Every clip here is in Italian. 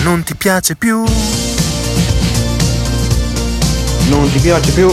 Non ti piace più? Non ti piace più?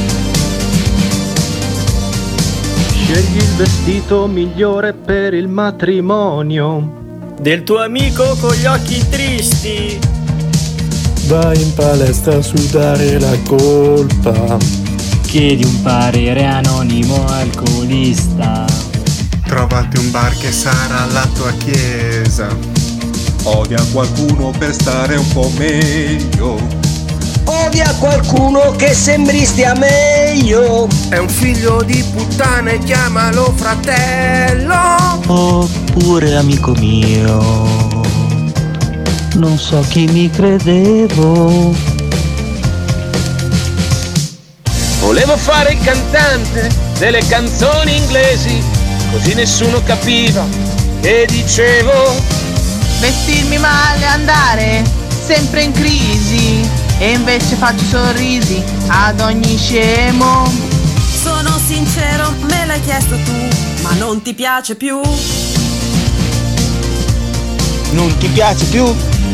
Scegli il vestito migliore per il matrimonio del tuo amico con gli occhi tristi. Vai in palestra a sudare la colpa. Chiedi un parere anonimo alcolista. Trovati un bar che sarà la tua chiesa. Odia qualcuno per stare un po' meglio. Odia qualcuno che sembri stia meglio. È un figlio di puttana e chiamalo fratello. Oppure amico mio, non so chi mi credevo. Volevo fare il cantante delle canzoni inglesi, così nessuno capiva che dicevo. Vestirmi male, andare sempre in crisi, e invece faccio sorrisi ad ogni scemo. Sono sincero, me l'hai chiesto tu, ma non ti piace più? Non ti piace più?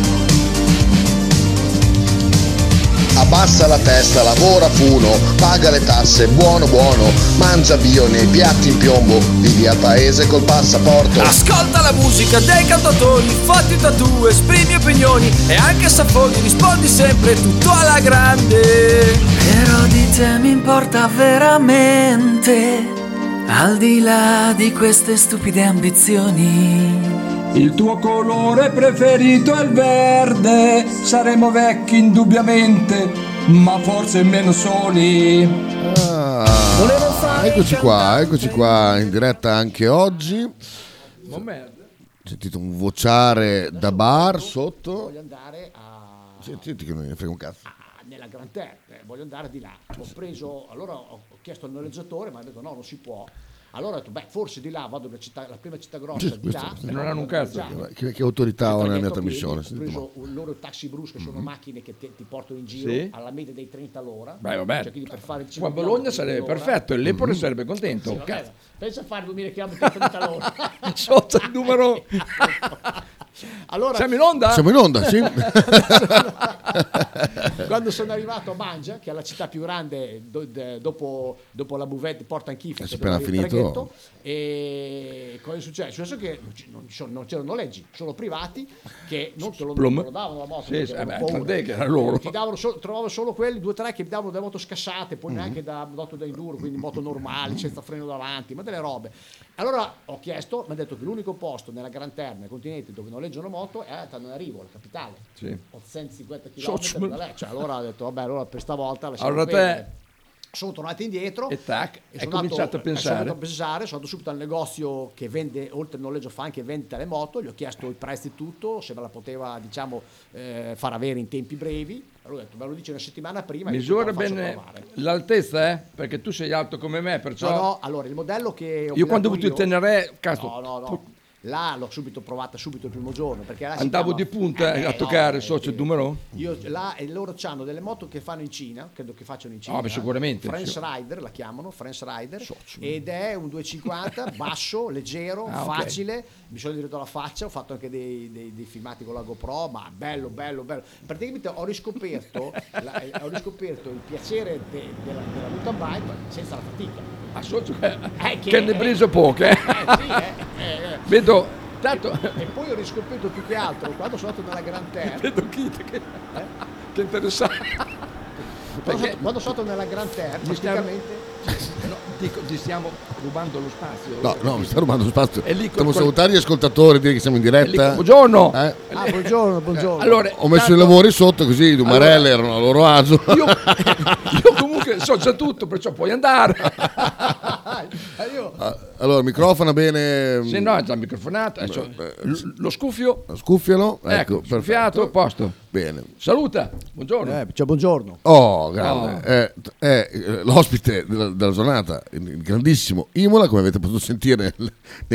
Abbassa la testa, lavora funo, paga le tasse, buono buono, mangia bio nei piatti in piombo, vivi al paese col passaporto. Ascolta la musica dei cantatori, fatti tattoo, esprimi opinioni e anche se affoghi rispondi sempre tutto alla grande. Però di te mi importa veramente, al di là di queste stupide ambizioni. Il tuo colore preferito è il verde, saremo vecchi indubbiamente, ma forse meno soli. Eccoci qua, in diretta anche oggi. Sentite un vociare da bar sotto. Voglio andare a... Sentite che non ne frega un cazzo. Nella Grand Terre, voglio andare di là. Allora ho chiesto al noleggiatore, ma ha detto no, non si può. Allora ho detto, forse di là vado la prima città grossa di là. Non hanno un cazzo. Che autorità ho nella mia trasmissione? Ho preso loro taxi bus, che sono macchine che ti portano in giro alla media dei 30 all'ora. Vabbè. Cioè, per fare il qua a Bologna sarebbe perfetto, e l'Empoli sarebbe contento. Sì, pensa a fare 2000 km a 30 all'ora. Sotto il numero. Allora, Siamo in onda, sì. Quando sono arrivato a Mangia, che è la città più grande dopo la buvette Port Anchifa, è appena finito. E cosa è successo? È successo che non c'erano noleggi, sono privati che non te lo davano la moto. Sì, che era loro. Trovavo solo quelli 2 o 3 che mi davano delle moto scassate, poi neanche da moto da enduro, quindi moto normali, senza freno davanti, ma delle robe. Allora ho chiesto, mi ha detto che l'unico posto nella Gran Terra, nel continente, dove noleggiano moto è a Tananarivo, la capitale. Sì. 850 km da lei. Cioè, allora ho detto, vabbè, allora per stavolta allora te sono tornato indietro e hai cominciato a pensare. Sono andato subito al negozio che vende, oltre al noleggio fa anche vendita le moto, gli ho chiesto il prezzo di tutto, se me la poteva far avere in tempi brevi. Allora ho detto, me lo dice una settimana prima. Misura bene l'altezza, perché tu sei alto come me, perciò no, allora il modello che io quando ho avuto il Tenere, cazzo, no. Là l'ho provata subito il primo giorno, perché andavo di punta a toccare socio il numero. Io là, e loro hanno delle moto che fanno in Cina, credo che facciano in Cina. Sicuramente. France Rider la chiamano, France Rider, ed è un 250 basso, leggero, facile. Mi sono diretto alla faccia, ho fatto anche dei filmati con la GoPro, ma bello. Praticamente ho riscoperto il piacere della mountain bike senza la fatica. Che ne preso poche. Vedo tanto. E poi ho riscoperto più che altro quando sono andato nella Grand Terre. Vedo che interessante. Quando sono andato nella Grand Terre, praticamente ti stiamo rubando lo spazio. No, mi sta rubando lo spazio. Stiamo salutare gli ascoltatori, dire che siamo in diretta. Buongiorno. Buongiorno. Allora, ho messo i lavori sotto così i Dumarelle erano a loro agio. Io comunque so già tutto, perciò puoi andare. Allora, microfono bene. Sì, no, è già microfonato. Lo scuffio. Scuffialo. Ecco, scuffiato, a posto. Bene. Saluta. Buongiorno. Buongiorno. Oh, grande. L'ospite della giornata, il grandissimo Imola, come avete potuto sentire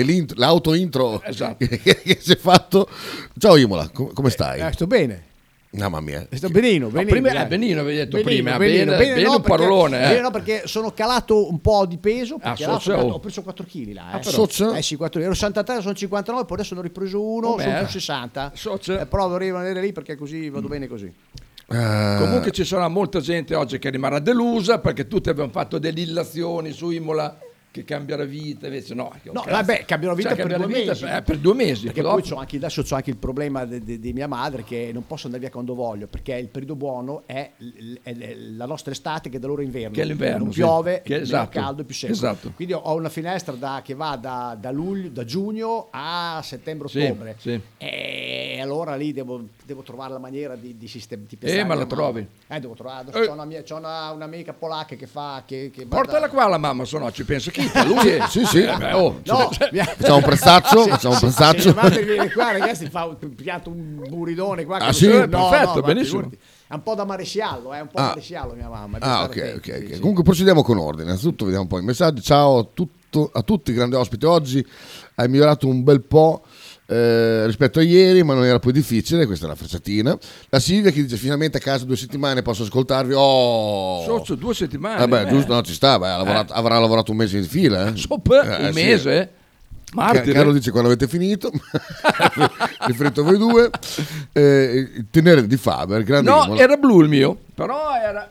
l'auto intro esatto. che si è fatto. Ciao Imola, come stai? Sto bene. Mamma mia. Benino, Benino avevi detto prima. Bene un parolone. Bene, no, perché sono calato un po' di peso. Perché ho preso 4 kg là. Sì, 4 kg. Ero 63, sono 59, poi adesso ne ho ripreso uno, sono più 60. Però dovrei rimanere lì perché così vado bene così. Comunque ci sarà molta gente oggi che rimarrà delusa perché tutti abbiamo fatto delle illazioni su Imola che cambierà vita, invece no. Vabbè, cambierò vita per 2 mesi. Per 2 mesi. Perché poi adesso c'ho anche il problema di mia madre che non posso andare via quando voglio, perché il periodo buono è la nostra estate che è da loro inverno. Che è l'inverno. Non piove, che è meno caldo e più secco. Esatto. Quindi ho una finestra che va da luglio, da giugno a settembre-ottobre. Sì. E allora lì devo trovare la maniera di sistemare. Ma la trovi? Devo trovare. C'ho un'amica polacca che fa. Portala qua la mamma, se no ci penso chi. Lui è... sì. Facciamo un prezzaccio. Se mia madre viene qua, ragazzi, pianto un buridone qua. Perfetto, benissimo. È un po' da maresciallo, maresciallo mia mamma. Ok. Comunque procediamo con ordine. Innanzitutto vediamo un po' i messaggi. Ciao a tutti, grande ospite oggi. Hai migliorato un bel po' rispetto a ieri, ma non era poi difficile. Questa è la frecciatina. La Silvia che dice finalmente a casa 2 settimane posso ascoltarvi. Socio 2 settimane. Vabbè, giusto, no, ci sta. Avrà lavorato un mese di fila. Un mese? Carlo dice quando avete finito. Riferito a voi due. Il tenere di Faber, grande. No, era blu il mio, però era.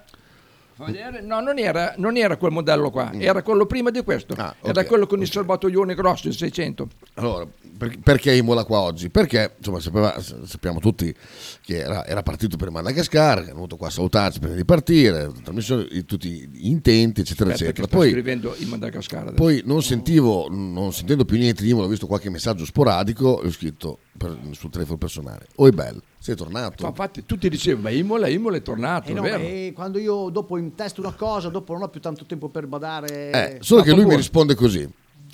No, non era quel modello qua, era quello prima di questo. Era quello con il serbatoione grosso, il 600. Allora, perché Imola qua oggi? Perché insomma sappiamo tutti che era partito per Madagascar, che è venuto qua a salutarci prima di partire, tutti gli intenti, eccetera, eccetera. Poi scrivendo in Madagascar adesso. Poi non sentendo più niente di Imola, ho visto qualche messaggio sporadico e ho scritto sul telefono personale: oi bello, sei tornato? Ma infatti tutti dicevano: ma Imola è tornato, è vero? E quando io dopo intesto una cosa, dopo non ho più tanto tempo per badare. Solo che lui mi risponde così: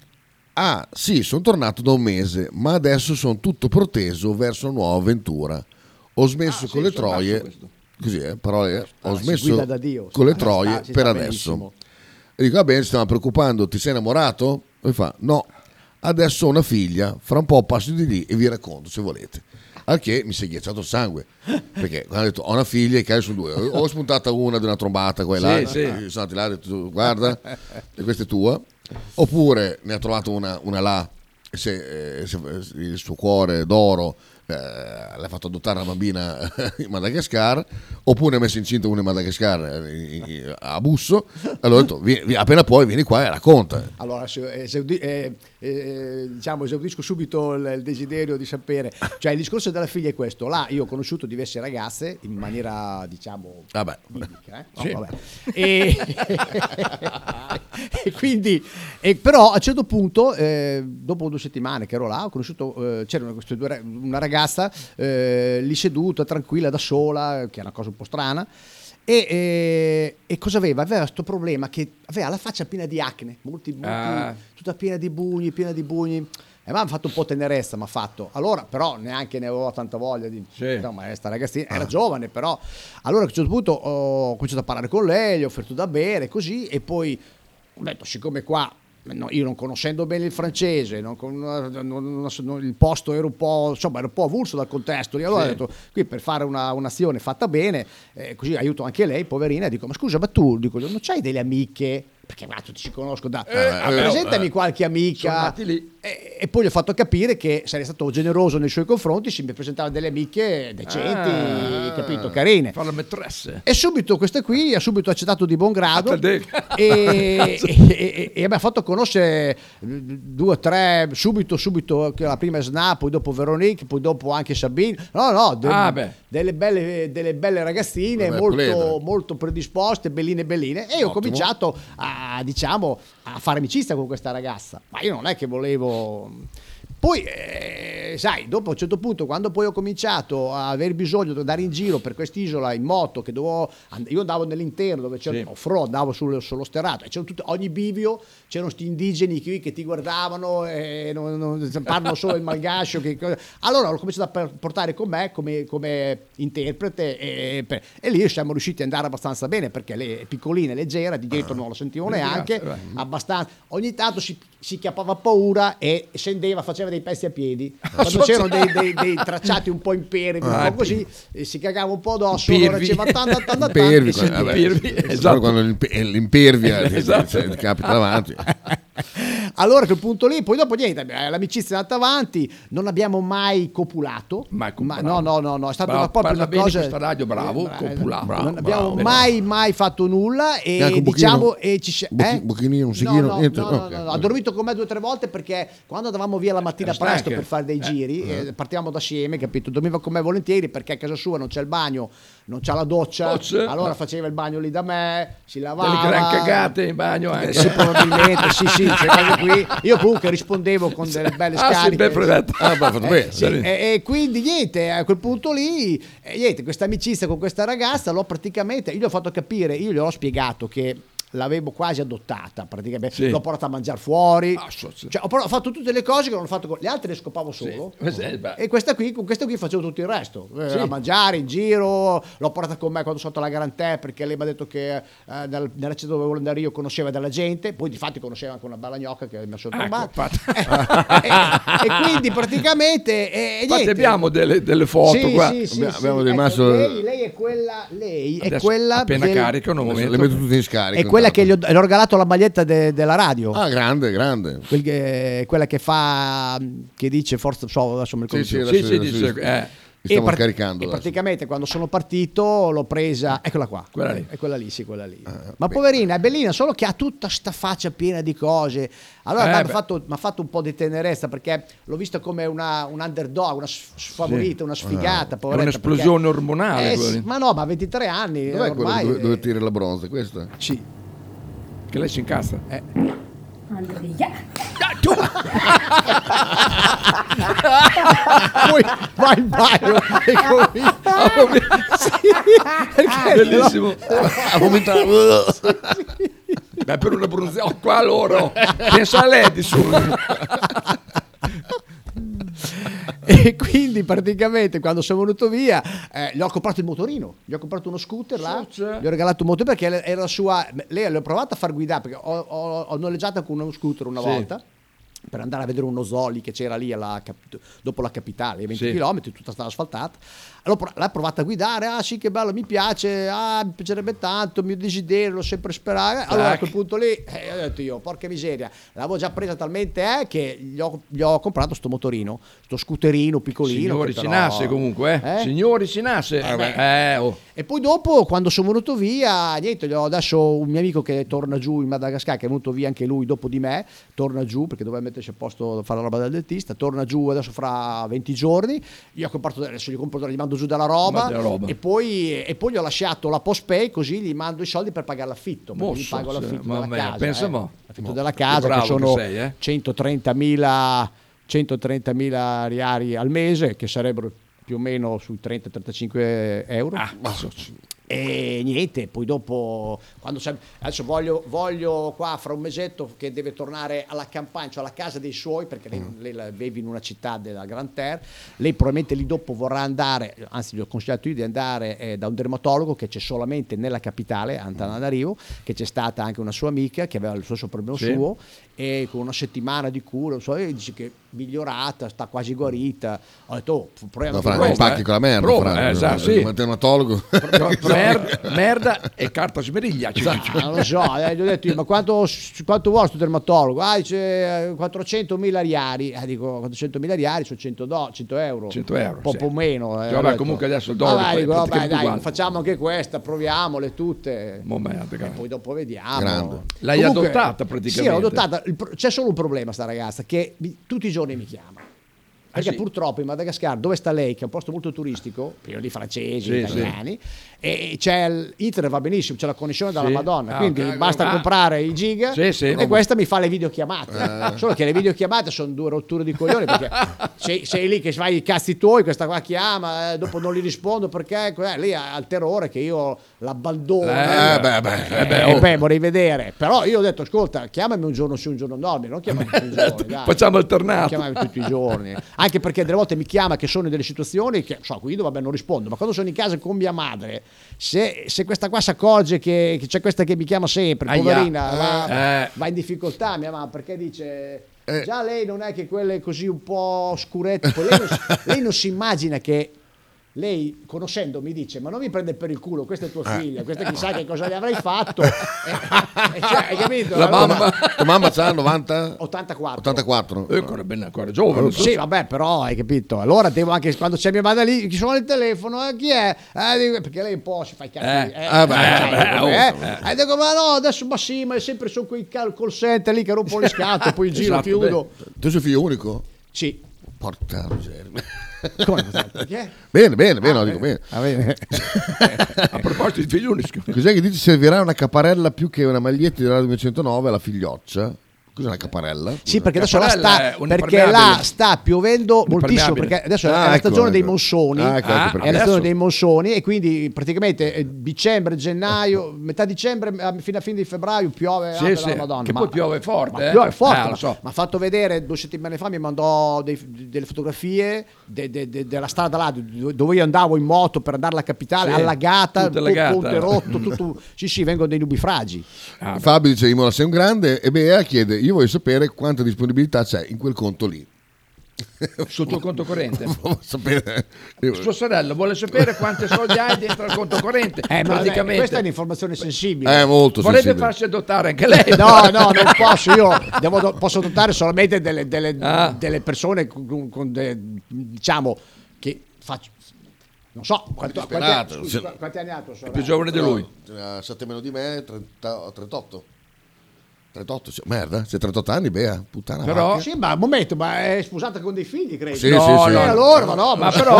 ah sì, sono tornato da un mese, ma adesso sono tutto proteso verso una nuova avventura. Ho smesso con le troie, così parole, ho smesso con le troie per adesso. Benissimo. E dico: va bene, ci stiamo preoccupando, ti sei innamorato? E fa: no, adesso ho una figlia, fra un po' passo di lì e vi racconto se volete. Al che mi si è ghiacciato il sangue, perché quando ho detto ho una figlia e che sono 2, ho spuntata una di una trombata quella, sono andati là e ho detto guarda, e questa è tua. Oppure ne ha trovato una là, il suo cuore d'oro l'ha fatto adottare una bambina in Madagascar, oppure ha messo incinta una in Madagascar a Busso. Allora ho detto appena puoi vieni qua e racconta. Allora esaudisco subito il desiderio di sapere, cioè il discorso della figlia è questo. Là io ho conosciuto diverse ragazze in maniera biblica, sì. E quindi però a un certo punto dopo 2 settimane che ero là ho conosciuto c'era una ragazza lì seduta tranquilla da sola, che è una cosa un po' strana. E cosa aveva? Aveva questo problema che aveva la faccia piena di acne, tutta piena di bugni. E mi ha fatto un po' tenerezza, mi ha fatto. Allora, però, neanche ne avevo tanta voglia di... No, ma questa ragazzina era giovane, però... Allora, a un certo punto ho cominciato a parlare con lei, gli ho offerto da bere, così, e poi ho detto, siccome qua... No, io non conoscendo bene il francese, il posto era un po' avulso dal contesto. Allora ho detto, qui per fare un'azione fatta bene, così aiuto anche lei, poverina. Dico, ma scusa, ma tu non c'hai delle amiche? Perché tutti ci conosco presentami qualche amica. E poi gli ho fatto capire che sarei stato generoso nei suoi confronti se mi presentava delle amiche decenti, capito, carine. Fa la maîtresse. E subito questa qui ha subito accettato di buon grado e mi ha fatto conoscere 2 o 3 subito, che la prima è Sna, poi dopo Veronique, poi dopo anche Sabine. Delle belle ragazzine molto predisposte, belline. E ho cominciato a fare amicizia con questa ragazza, ma io non è che volevo. Poi sai, dopo a un certo punto, quando poi ho cominciato a aver bisogno di andare in giro per quest'isola in moto, che io andavo nell'interno dove c'era andavo sullo sterrato e c'erano ogni bivio c'erano sti indigeni che ti guardavano e non parlano solo il malgascio. Allora ho cominciato a portare con me come interprete e lì siamo riusciti ad andare abbastanza bene, perché lei è piccolina, leggera, di dietro non lo sentivo neanche, abbastanza. Ogni tanto si chiappava paura e scendeva, faceva faceva dei pezzi a piedi. Quando c'erano dei tracciati un po' impervi, un po' così, si cagava un po' addosso, allora diceva esatto. Quando l'impervia ti capita davanti. Allora a quel punto lì, poi dopo niente, l'amicizia è andata avanti, non abbiamo mai copulato. No, è stata proprio una cosa. Questa radio, bravo, copulato. Non abbiamo mai fatto nulla e diciamo Buchinino, un sighino, no, ha dormito con me 2 o 3 volte perché quando andavamo via la mattina presto per fare dei giri, partivamo da assieme, capito? Dormiva con me volentieri perché a casa sua non c'è il bagno, non c'ha la doccia, allora faceva il bagno lì da me, si lavava. Delle gran cagate in bagno anche. Sì, probabilmente, sì, qui. Io comunque rispondevo con delle belle scariche. E quindi niente, a quel punto lì, niente, questa amicizia con questa ragazza l'ho praticamente, io gli ho fatto capire, io gli ho spiegato che l'avevo quasi adottata praticamente, l'ho portata a mangiare fuori, cioè, ho fatto tutte le cose che non ho fatto con le altre, le scopavo solo, e con questa qui facevo tutto il resto, a mangiare in giro, l'ho portata con me quando sono sotto la Garantè perché lei mi ha detto che nella città dove volevo andare io conosceva della gente, poi di fatti conosceva anche una bella gnocca che mi ha sottomato, e quindi praticamente infatti abbiamo delle foto qua, abbiamo del masso. Lei è quella appena caricano un momento le metto tutte in scarica, quella che gli ho regalato la maglietta della radio. Grande. Quella che fa, che dice forza, adesso me dice. Stiamo caricando. E praticamente quando sono partito l'ho presa, eccola qua, quella lì. Ma poverina, è bellina, solo che ha tutta sta faccia piena di cose. Allora mi ha fatto un po' di tenerezza perché l'ho vista come un underdog, una sfavorita, una sfigata, poveretta. È un'esplosione ormonale. Ma no, ma a 23 anni. Dov'è ormai quello dove tira la bronza? Questa? Sì. Che lei si incazza. Poi vai in bagno e bellissimo. Ha vomitato. Beh, per una bronzata qua loro pensa a lei di su. E quindi praticamente quando sono venuto via gli ho comprato il motorino, gli ho comprato uno scooter là, gli ho regalato un motorino perché era la sua, lei l'ho provata a far guidare perché ho noleggiato con uno scooter una volta per andare a vedere uno Zoli che c'era lì dopo la capitale, 20 km, tutta strada asfaltata. Allora l'ha provata a guidare, sì che bello, mi piace, mi piacerebbe tanto, mio desiderio, l'ho sempre sperato. Allora a quel punto lì ho detto io, porca miseria, l'avevo già presa talmente che gli ho comprato sto motorino, sto scooterino piccolino. Signori si nasce comunque, signori si nasce. E poi dopo quando sono venuto via, niente, adesso un mio amico che torna giù in Madagascar, che è venuto via anche lui dopo di me, torna giù perché doveva mettersi a posto, fare la roba del dentista, torna giù adesso fra 20 giorni, io ho comprato, adesso gli mando giù della roba. E poi gli ho lasciato la post pay, così gli mando i soldi per pagare l'affitto, gli pago l'affitto della casa, l'affitto della casa che sono 130.000 riali al mese, che sarebbero più o meno sui 30-35 euro. E niente, poi dopo adesso voglio qua fra un mesetto che deve tornare alla campagna, cioè alla casa dei suoi, perché lei vive in una città della Grand Terre. Lei probabilmente lì dopo vorrà andare, anzi gli ho consigliato io di andare da un dermatologo che c'è solamente nella capitale Antananarivo, che c'è stata anche una sua amica che aveva il stesso problema suo, e con una settimana di cura dice che migliorata, sta quasi guarita. Ho detto proviamo a pacchi con la merda, un dermatologo. Merda e carta smeriglia. Non lo so, gli ho detto io, ma quanto vuole sto dermatologo? Dice 400.000 riali. Dico 400.000 riali sono 100 euro. 100 euro, un po' meno. Vabbè, comunque adesso il dollaro dai, facciamo anche questa, proviamole tutte. E poi dopo vediamo. Grande. L'hai adottata praticamente? Sì, l'ho adottata. C'è solo un problema sta ragazza, che tutti i giorni mi chiama. Perché purtroppo in Madagascar, dove sta lei, che è un posto molto turistico, pieno di francesi, italiani, e c'è internet, va benissimo, c'è la connessione dalla Madonna, quindi basta comprare i giga e questa mi fa le videochiamate. Solo che le videochiamate sono 2 rotture di coglioni, perché sei lì che fai i cazzi tuoi, questa qua chiama, dopo non gli rispondo perché lei ha il terrore che io l'abbandono. Vorrei vedere. Però io ho detto, ascolta, chiamami un giorno sì, un giorno no, non chiamami tutti i giorni. Dai. Facciamo alternato. Chiamami tutti i giorni. Anche perché delle volte mi chiama che sono in delle situazioni che guido, vabbè, non rispondo, ma quando sono in casa con mia madre, se questa qua si accorge che c'è questa che mi chiama sempre, poverina, va in difficoltà mia mamma, perché dice Già lei non è che quelle così un po' scurette. Poi lei non si immagina che lei, conoscendomi, dice: ma non mi prende per il culo, questa è tua figlia, questa chissà che cosa gli avrai fatto. Hai capito? La mamma. Tua mamma c'ha 90? 84. Ancora bene, ancora giovane. Sì, vabbè, però hai capito. Allora devo anche, quando c'è mia madre lì, chi suona il telefono, chi è? Perché lei un po' si fa i cazzi. Dico: ma no, adesso ma sì, ma è sempre su quei call center lì che rompono le scatole, poi giro, chiudo. Tu sei figlio unico? Sì. Porca miseria. Come? Perché? Bene, dico bene. A proposito di figli unici, cos'è che dici? Servirà una caparella più che una maglietta di Radio 209 alla figlioccia? Cos'è una caparella? Sì, perché adesso là sta piovendo moltissimo, perché adesso è la stagione dei monsoni, è la stagione dei monsoni, e quindi praticamente dicembre, gennaio, metà dicembre fino a fine di febbraio piove la Madonna. Che poi piove forte. Piove forte, lo so. ma ha fatto vedere 2 settimane fa, mi mandò delle fotografie della strada là dove io andavo in moto per andare alla capitale, allagata, ponte rotto, tutto. Sì, vengono dei nubifragi. Fabio dice: Imola sei un grande, e Bea chiede: io voglio sapere quanta disponibilità c'è in quel conto lì. Sul tuo conto corrente? Sapere. Sua sorella vuole sapere quanti soldi hai dentro al conto corrente. Praticamente. Questa è un'informazione sensibile. Molto Vorrebbe sensibile. farsi adottare anche lei? No, non posso. Io posso adottare solamente delle persone con diciamo che faccio. Non so quanti anni ha tua sorella? È più giovane di lui. 7 meno di me, 38. 38, merda, c'è 38 anni, Bea, puttana. Però vacca. Sì, ma un momento, ma è sposata con dei figli, credo. Sì, Allora,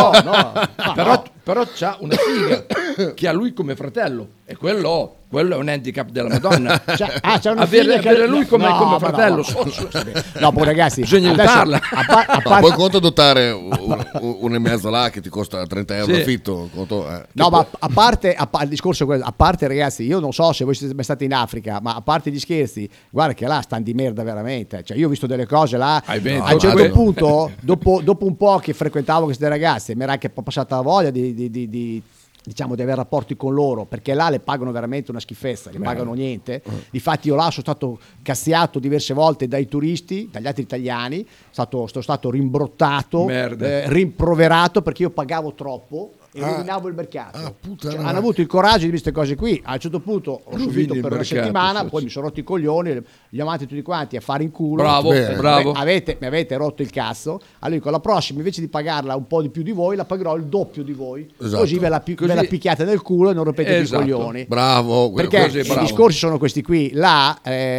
però c'ha una figa che ha lui come fratello, e quello è un handicap della Madonna. C'è una avere lui come fratello. No, poi ragazzi, bisogna aiutarla. Poi conto adottare un e mezzo là che ti costa 30 euro affitto. No, ma a parte il discorso, a parte ragazzi, io non so se voi siete mai stati in Africa, ma a parte gli scherzi, guarda che là stanno di merda veramente. Cioè, io ho visto delle cose là. A un certo punto, dopo un po' che frequentavo queste ragazze, mi era anche passata la voglia di avere rapporti con loro, perché là le pagano veramente una schifezza, le pagano niente. Difatti io là sono stato cazziato diverse volte dai turisti, dagli altri italiani, sono stato rimbrottato, rimproverato perché io pagavo troppo e rovinavo il mercato. Hanno avuto il coraggio di queste cose qui. A un certo punto ho subito per una settimana, poi mi sono rotto i coglioni, li ho amati tutti quanti a fare in culo. Bravo. Mi avete rotto il cazzo. Allora con la prossima, invece di pagarla un po' di più di voi, la pagherò il doppio di voi. Esatto. Così ve la picchiate nel culo e non rompete i coglioni. Bravo. Perché i discorsi sono questi qui. Là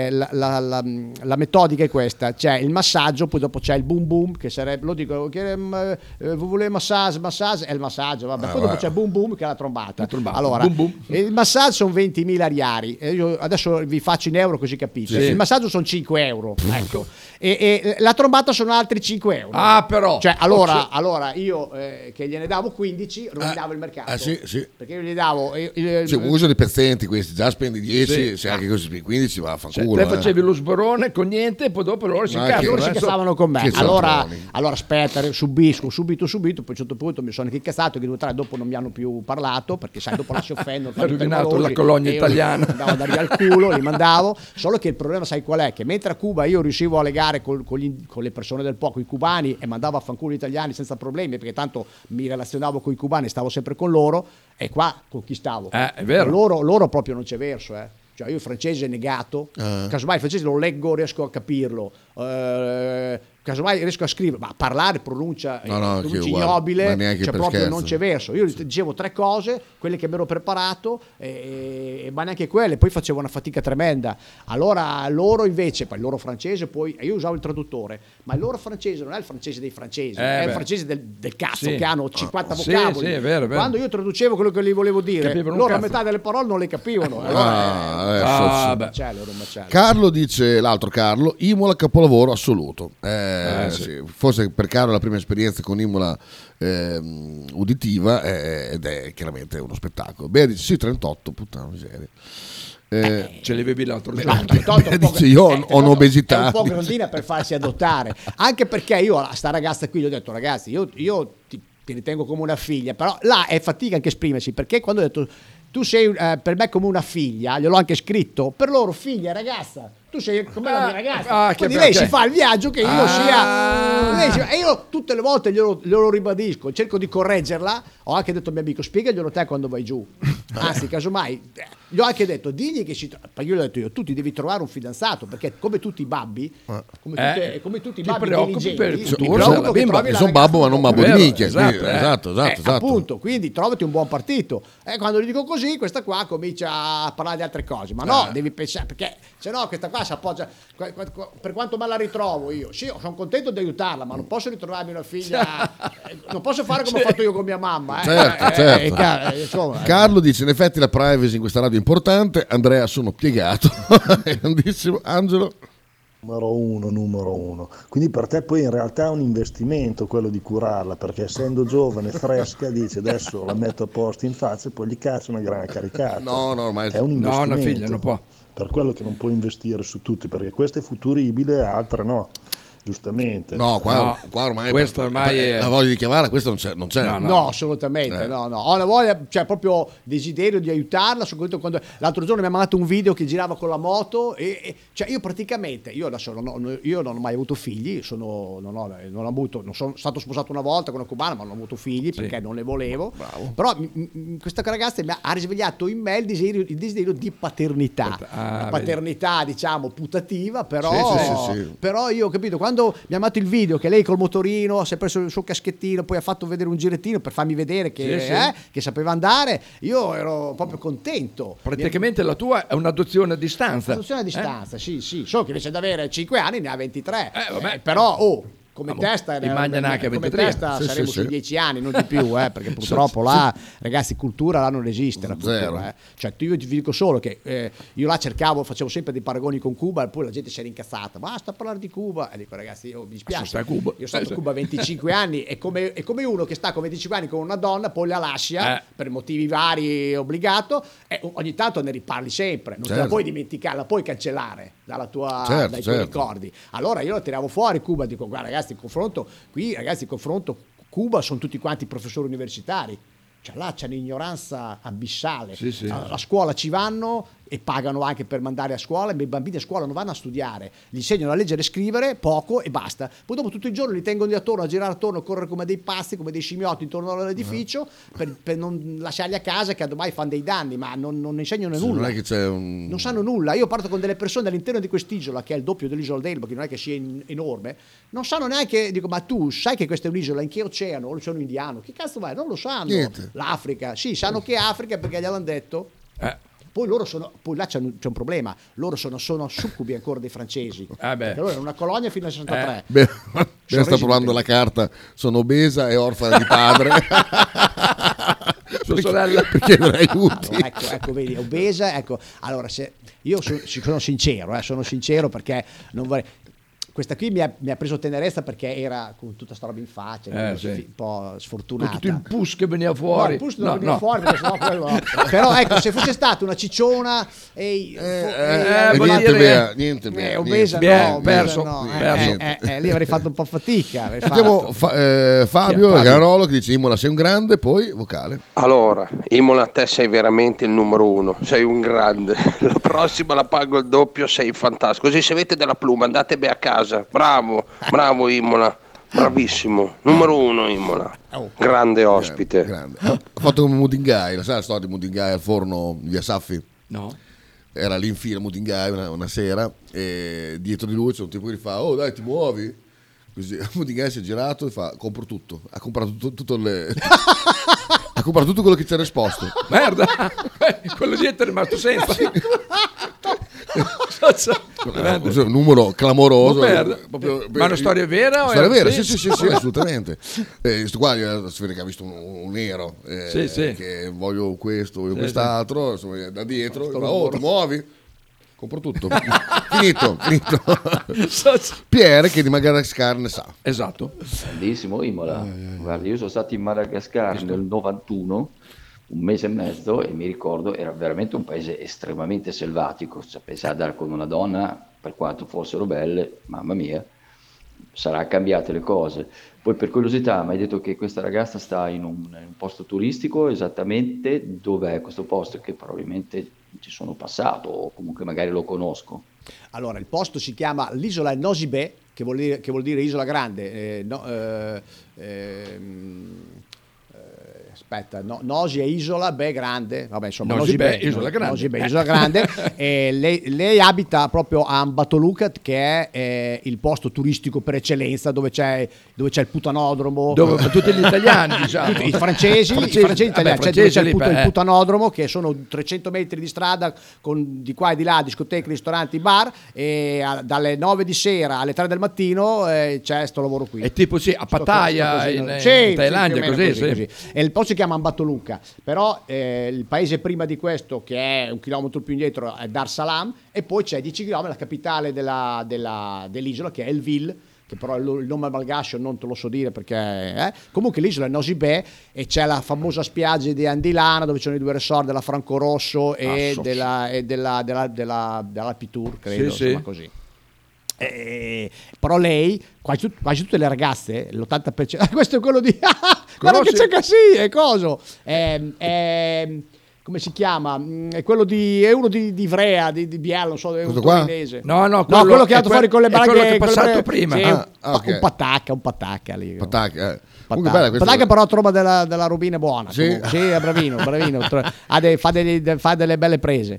la metodica è questa: c'è il massaggio, poi dopo c'è il boom boom, che sarebbe, lo dico, volete massage, è il massaggio, vabbè. Poi dopo c'è boom boom, che è la trombata. Allora, boom, boom. Il massaggio sono 20.000 riari. Io adesso vi faccio in euro così capite. Sì. Il massaggio sono 5 euro, ecco. E la trombata sono altri 5 euro. Però. Cioè, allora io che gliene davo 15, rovinavo il mercato. Sì. Perché io gli davo. Uso dei pezzenti questi, già spendi 10, se anche così spendi 15 va a fanculo. Te facevi lo sborone con niente e poi dopo loro si incazzavano con me. Allora aspetta, subisco subito. Poi a un certo punto mi sono anche incazzato che 2 o 3 dopo non mi hanno più parlato, perché sai, dopo la si offendono. Ha rovinato la colonia italiana. Andavo a dargli al culo, li mandavo. Solo che il problema sai qual è? Che mentre a Cuba io riuscivo a legare con le persone del poco, i cubani, e mandavo a fanculo gli italiani senza problemi, perché tanto mi relazionavo con i cubani, stavo sempre con loro, e qua con chi stavo? È vero. Loro proprio non c'è verso, Cioè io il francese negato, casomai il francese lo leggo, riesco a capirlo, casomai riesco a scrivere, ma a parlare pronuncia ignobile, cioè proprio scherzo. Non c'è verso. Io dicevo 3 cose, quelle che mi ero preparato, ma neanche quelle, poi facevo una fatica tremenda. Allora loro invece, poi il loro francese, poi io usavo il traduttore, ma il loro francese non è il francese dei francesi, è il francese del cazzo, che hanno 50 vocaboli. Sì, è vero. Quando io traducevo quello che gli volevo dire, loro a metà delle parole non le capivano. Carlo dice, l'altro Carlo, Imola capolavoro assoluto. Sì. Forse per Carlo la prima esperienza con Imola uditiva ed è chiaramente uno spettacolo. Beh, dice sì, 38, puttana miseria. Ce li avevi l'altro giorno. Dice, io ho un'obesità. È un po' grandina per farsi adottare, anche perché io a sta ragazza qui gli ho detto: ragazzi, io ti ritengo come una figlia, però là è fatica anche esprimersi, perché quando ho detto tu sei per me come una figlia, gliel'ho anche scritto, per loro figlia, ragazza, tu sei come la mia ragazza, quindi lei si fa il viaggio che io sia. E io tutte le volte glielo ribadisco, cerco di correggerla. Ho anche detto al mio amico, spiegaglielo te quando vai giù. Anzi, casomai, gli ho anche detto, digli che perché io gli ho detto tu ti devi trovare un fidanzato, perché come tutti i babbi, come tutti i babbi intelligenti, sono babbo ma non babbo di minchia. Esatto. Appunto, quindi trovati un buon partito. Quando gli dico così, questa qua comincia a parlare di altre cose, ma no, devi pensare, perché se no questa qua si appoggia. Per quanto me la ritrovo io, sì, sono contento di aiutarla, ma non posso ritrovarmi una figlia, non posso fare come ho fatto io con mia mamma. Certo. Carlo dice: in effetti la privacy in questa radio è importante. Andrea, sono piegato. Grandissimo. Angelo. Numero uno. Quindi per te poi in realtà è un investimento quello di curarla, perché essendo giovane, fresca, dice adesso la metto a posto in faccia e poi gli cazzo una grana caricata. No, ormai è un investimento. No, una figlia non può. Per quello che non puoi investire su tutti, perché questa è futuribile, altre no. Giustamente. No, qua ormai questo ormai è... la voglia di chiamarla, questo non c'è. No, assolutamente. No. Ho la voglia, cioè proprio desiderio di aiutarla. Soprattutto quando l'altro giorno mi ha mandato un video che girava con la moto e cioè io praticamente adesso io non ho mai avuto figli, sono stato sposato una volta con una cubana, ma non ho avuto figli perché non ne volevo. Bravo. Però questa ragazza ha risvegliato in me il desiderio di paternità. La paternità, diciamo, putativa, però sì. Però io ho capito quando mi ha mandato il video che lei col motorino si è preso il suo caschettino, poi ha fatto vedere un girettino per farmi vedere che sapeva andare, io ero proprio contento. Praticamente la tua è un'adozione a distanza. Un'adozione a distanza, sì. So che invece di avere 5 anni ne ha 23. Però come testa saremo sui 10 anni, non di più, perché purtroppo là, ragazzi, cultura là non esiste, la cultura, Cioè io ti dico solo che io là facevo sempre dei paragoni con Cuba e poi la gente si era incazzata, basta parlare di Cuba, e dico ragazzi, io mi spiace, io sono stato a Cuba 25 anni, è come uno che sta con 25 anni con una donna, poi la lascia per motivi vari, obbligato, e ogni tanto ne riparli sempre, non te la puoi dimenticare, la puoi cancellare dai tuoi ricordi. Allora io la tiravo fuori Cuba, dico guarda ragazzi, il confronto Cuba sono tutti quanti professori universitari, cioè là c'è un'ignoranza abissale. A scuola ci vanno e pagano anche per mandare a scuola, i bambini a scuola non vanno a studiare, gli insegnano a leggere e scrivere poco e basta, poi dopo tutto il giorno li tengono a girare attorno, a correre come dei pazzi, come dei scimmiotti intorno all'edificio per non lasciarli a casa che domani fanno dei danni, ma non insegnano nulla, non è che c'è non sanno nulla. Io parto con delle persone all'interno di quest'isola che è il doppio dell'isola d'Elba, che non è che sia enorme, non sanno neanche, dico ma tu sai che questa è un'isola, in che oceano? L'oceano Indiano, che cazzo vai? Non lo sanno. Niente. L'Africa, sì, sanno che è Africa perché gliel'hanno detto. Poi là c'è un problema, loro sono succubi ancora dei francesi, perché loro erano una colonia fino al 63. Sta provando la carta, sono obesa e orfana di padre. Sua sorella per chiedere aiuti. Ecco, vedi, obesa, ecco. Allora, se io sono sincero perché non vorrei. Questa qui mi ha preso tenerezza perché era con tutta sta roba in faccia, un po' sfortunata. Con tutto il pus che veniva fuori. No, il pus non veniva fuori, però ecco, se fosse stata una cicciona niente obesa, perso. Lì avrei fatto un po' fatica. Abbiamo Fabio Garolo che dice: Imola sei un grande, poi vocale. Allora, Imola, te sei veramente il numero uno, sei un grande. La prossima la pago il doppio, sei fantastico. Così se avete della pluma andatevi a casa. Bravo Imola, bravissimo, numero uno Imola, grande ospite. Grande. Ha fatto come Mudingai, la sai la storia di Mudingai al forno di Asaffi? No. Era lì in fila Mudingai una sera e dietro di lui c'è un tipo che gli fa: oh dai, ti muovi? Così Mudingai si è girato e fa: compro tutto. Ha comprato tutto ha comprato tutto quello che c'era esposto. Merda, quello dietro è rimasto senza. Un numero clamoroso. Ma una storia vera? Storia vera, sì, assolutamente. Questo qua si vede che ha visto un nero che voglio questo, voglio quest'altro, insomma, da dietro, ti muovi? Compro tutto. finito. Pierre che di Madagascar ne sa. Esatto. Grandissimo Imola. Guarda, io sono stato in Madagascar nel 91, un mese e mezzo, e mi ricordo era veramente un paese estremamente selvatico, cioè, pensare ad andare con una donna, per quanto fossero belle, mamma mia, sarà cambiate le cose. Poi per curiosità mi hai detto che questa ragazza sta in un posto turistico, esattamente dov'è questo posto, che probabilmente ci sono passato o comunque magari lo conosco. Allora, il posto si chiama l'isola Nosy-Be, che vuol dire isola grande. Nosy è isola, Be grande, vabbè, insomma, Nosy-Be, isola grande. Nosy-Be, isola grande. E lei abita proprio a Ambatoluca, che è il posto turistico per eccellenza, dove c'è il putanodromo, dove tutti gli italiani, diciamo, i francesi italiani, dove c'è il putanodromo, che sono 300 metri di strada con di qua e di là discoteche, ristoranti, bar, e dalle 9 di sera alle 3 del mattino c'è sto lavoro qui. È tipo a Pattaya in Thailandia, così. E il posto si chiama Ambatoluca, però il paese prima di questo, che è un chilometro più indietro, è Dar Salam, e poi c'è 10 km la capitale dell'isola, che è Elville, che però il nome malgascio non te lo so dire perché comunque l'isola è Nosy-Be, e c'è la famosa spiaggia di Andilana, dove ci sono i 2 resort della Franco Rosso e della Pitour, credo, insomma, così. Però lei, quasi tutte le ragazze, l'80%, questo è quello di guarda che c'è Cassi, è coso, come si chiama? È quello è uno di Ivrea, di Biella, non so, è un torinese. No, quello che è andato fuori con le braghe, quello che è passato prima. Sì, okay. un patacca lì. Patacca, Patacca però trova della robina buona. Sì, è bravino. Fa delle belle prese.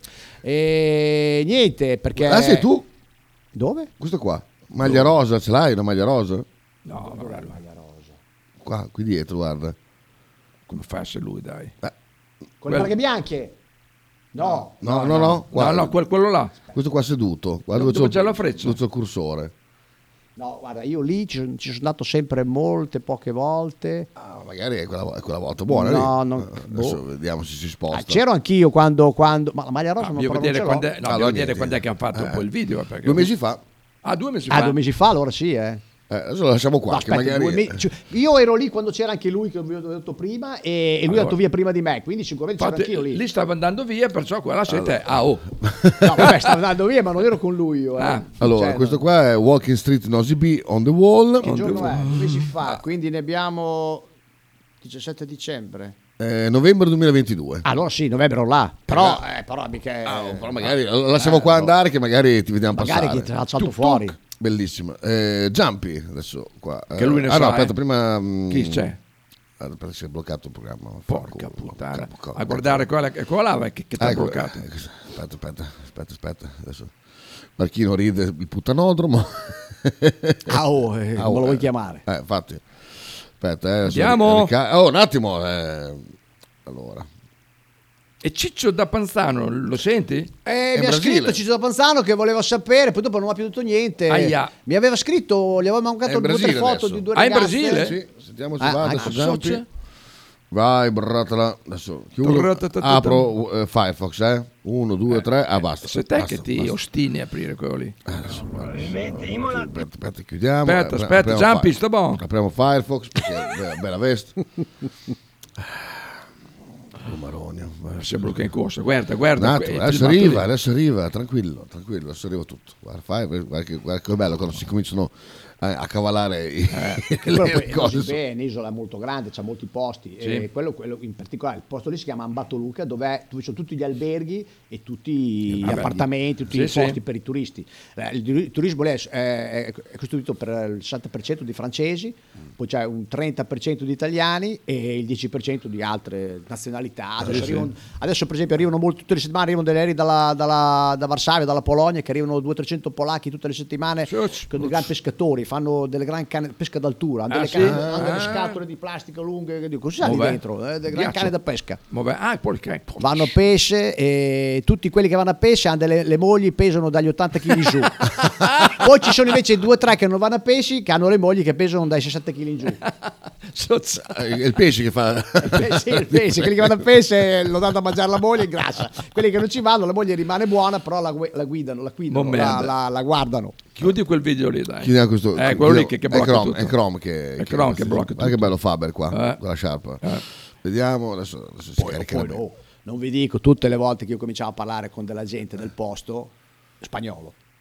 E niente, perché... Ah, sei tu? Dove? Questo qua. Maglia rosa, ce l'hai una maglia rosa? No, maglia rosa. Qua, qui dietro, guarda. Come fa a essere lui, dai? Con le braghe bianche? No. No, quello là. Questo qua seduto. Guarda dove c'è la freccia. Dove c'è il cursore. No, guarda, io lì ci sono andato sempre poche volte. Magari è quella volta buona. No, adesso vediamo se si sposta. C'ero anch'io quando ma la maglia rosa non devo vedere quando è che hanno fatto un po' il video. 2 mesi fa. 2 mesi fa. 2 mesi fa, allora sì, adesso lo lasciamo qua. No, aspetta, io ero lì quando c'era anche lui, che vi ho detto prima, e lui è andato via prima di me, quindi sicuramente c'ero anch'io lì. Lì stava andando via, perciò quella sei te. No, vabbè, stava andando via, ma non ero con lui io. Allora, questo qua è Walking Street Nosy-Be on the Wall. Che giorno è? 2 mesi fa, quindi ne abbiamo 17 dicembre. Novembre 2022. Allora sì, novembre là. Però mica. Però magari lasciamo qua andare, che magari ti vediamo passare. Magari che ti ha alzato fuori. Bellissimo. Jumpy adesso qua. Che lui ne sa. No, aspetta, prima. Chi c'è? Perché si è bloccato il programma. Porca puttana. A guardare quella che ti ha bloccato. Aspetta. Adesso Marchino ride il putanodromo. Me lo vuoi chiamare? Infatti. Aspetta, andiamo. Un attimo. Allora. E Ciccio da Panzano, lo senti? Mi ha scritto Ciccio da Panzano che voleva sapere, poi dopo non mi ha più detto niente. Mi aveva scritto, gli aveva mancato 2 o 3 foto di 2 ragazze. In Brasile? Sì, sentiamo se va adesso Jumpy. Vai, bratala. Adesso chiudo. Apro Firefox, 1, 2, 3. Basta. Se te che ti ostini a aprire quello lì. Aspetta, chiudiamo. Aspetta, Jumpy, sta buono. Apriamo Firefox perché bella veste. Maroni, sembra che è in corsa. Guarda. Adesso arriva, tranquillo, adesso arriva tutto. Guarda che bello quando si cominciano a cavalare le cose. È un'isola molto grande, c'ha molti posti. Sì. Quello in particolare, il posto lì si chiama Ambatoluca, dove sono tutti gli alberghi e tutti gli appartamenti, tutti i posti per i turisti. Il turismo lì è costituito per il 60% di francesi, poi c'è un 30% di italiani e il 10% di altre nazionalità. Adesso per esempio arrivano tutte le settimane arrivano degli aerei da Varsavia, dalla Polonia, che arrivano 200-300 polacchi tutte le settimane con dei grandi pescatori, fanno delle grandi canne, pesca d'altura, hanno delle scatole di plastica lunghe, così lì dentro, delle grandi canne da pesca. Vanno a pesce e tutti quelli che vanno a pesce hanno le mogli, pesano dagli 80 kg in giù. Poi ci sono invece 2 o 3 che non vanno a pesci, che hanno le mogli che pesano dai 60 kg in giù. Il pesce che fa il pesce, quelli che vanno a pesce lo danno da mangiare la moglie, è grassa. Quelli che non ci vanno, la moglie rimane buona, però la guidano, la guardano. Chiudi quel video lì, dai. Chiudiamo questo. Quello lì che blocca tutto. È Chrome che blocca tutto. Guarda che bello Faber qua, con la sciarpa. Vediamo, adesso si carica. Non vi dico, tutte le volte che io cominciavo a parlare con della gente del posto spagnolo,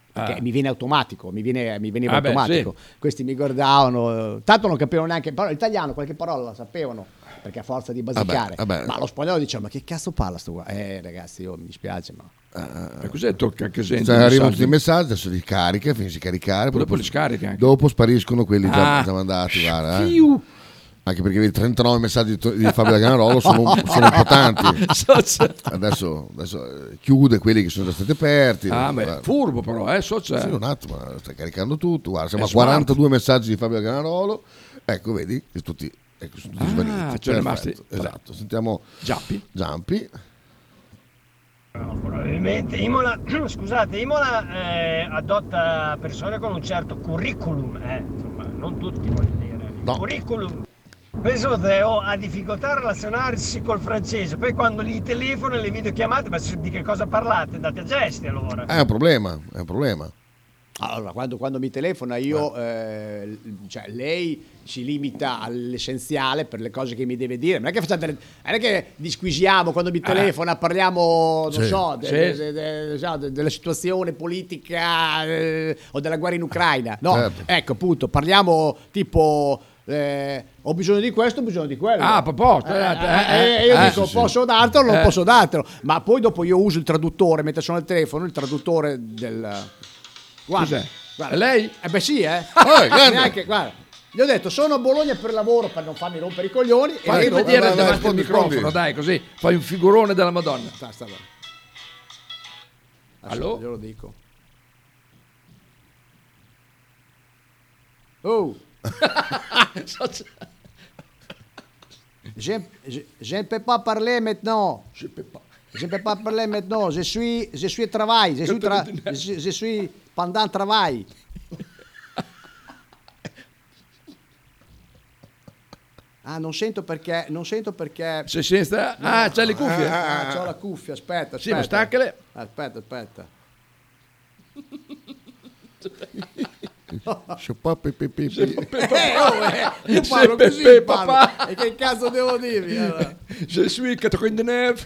Perché mi viene automatico, mi veniva automatico. Sì. Questi mi guardavano, tanto non capivano neanche l'italiano, qualche parola la sapevano, perché a forza di basicare. Ma lo spagnolo diceva: ma che cazzo parla sto qua? Ragazzi, mi dispiace, ma cos'è tocca che senti? Arrivano tutti i messaggi, adesso li carica, finisce di caricare, dopo li scarica anche. Dopo spariscono quelli già mandati, guarda. Anche perché vedi 39 messaggi di Fabio Ganarolo sono un po' tanti. Adesso chiude quelli che sono già stati aperti. Furbo però, Sì, un attimo, stai caricando tutto. Guarda, siamo a 42 messaggi di Fabio Ganarolo. Ecco, vedi che tutti sono svaniti. Cioè rimasti. Esatto, sentiamo Giampi. Probabilmente Imola, scusate, Imola adotta persone con un certo curriculum, insomma, non tutti, voglio dire. No. Curriculum. Penso Teo ha difficoltà a relazionarsi col francese, poi quando gli telefono e le videochiamate, ma di che cosa parlate? Date a gesti allora. È un problema. Allora, quando mi telefona io, cioè lei si limita all'essenziale per le cose che mi deve dire. Non è che disquisiamo quando mi telefona, parliamo, non so, della situazione politica o della guerra in Ucraina. No, certo. Ecco, appunto, parliamo tipo... ho bisogno di questo, ho bisogno di quello. Io dico posso dartelo o non posso dartelo, ma poi dopo io uso il traduttore mentre sono al telefono, il traduttore del... Guarda. Lei? Sì, neanche, guarda. Gli ho detto sono a Bologna per lavoro per non farmi rompere i coglioni. Fai vedere davanti al microfono, dai, così fai un figurone della Madonna. Sta. Allora? Glielo dico. Oh. Je ne peux pas parler maintenant. Je ne peux pas parler maintenant. Je suis travail. Je suis pendant travail. Non sento perché. Se senza. C'è le cuffie. C'ho la cuffia, aspetta. Sì, ma staccale. Aspetta. Io parlo così, papà. E che cazzo devo dirvi? Allora. Je suis 89.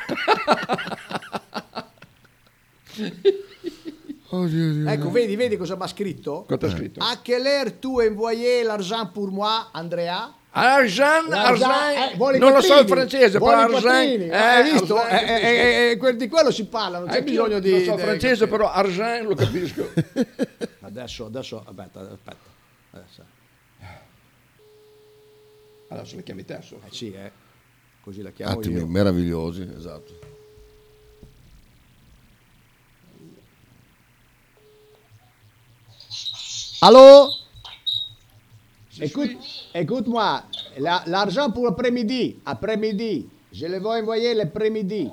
Ecco, vedi cosa mi ha scritto? Cosa ha scritto? A quelle heure tu envoyé l'argent pour moi, Andrea? Argent, non lo so il francese, però argent, hai visto? Di quello si parla, non c'è bisogno di... Non so il francese, però argent lo capisco. Adesso, aspetta. Adesso la chiami te, sì, così la chiamo Attimi io. meravigliosi, esatto. Allô? Écoute-moi, l'argent pour l'après-midi, je le vais envoyer l'après-midi.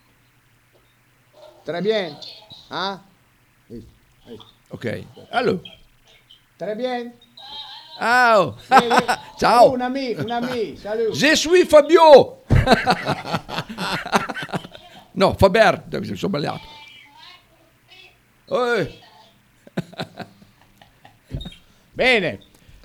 Très bien, hein? Ok, allô? Très bien. Oh. Ciao. Un ami, salut. Je suis Fabio. No, Faber, mi sono sbagliato. Bene.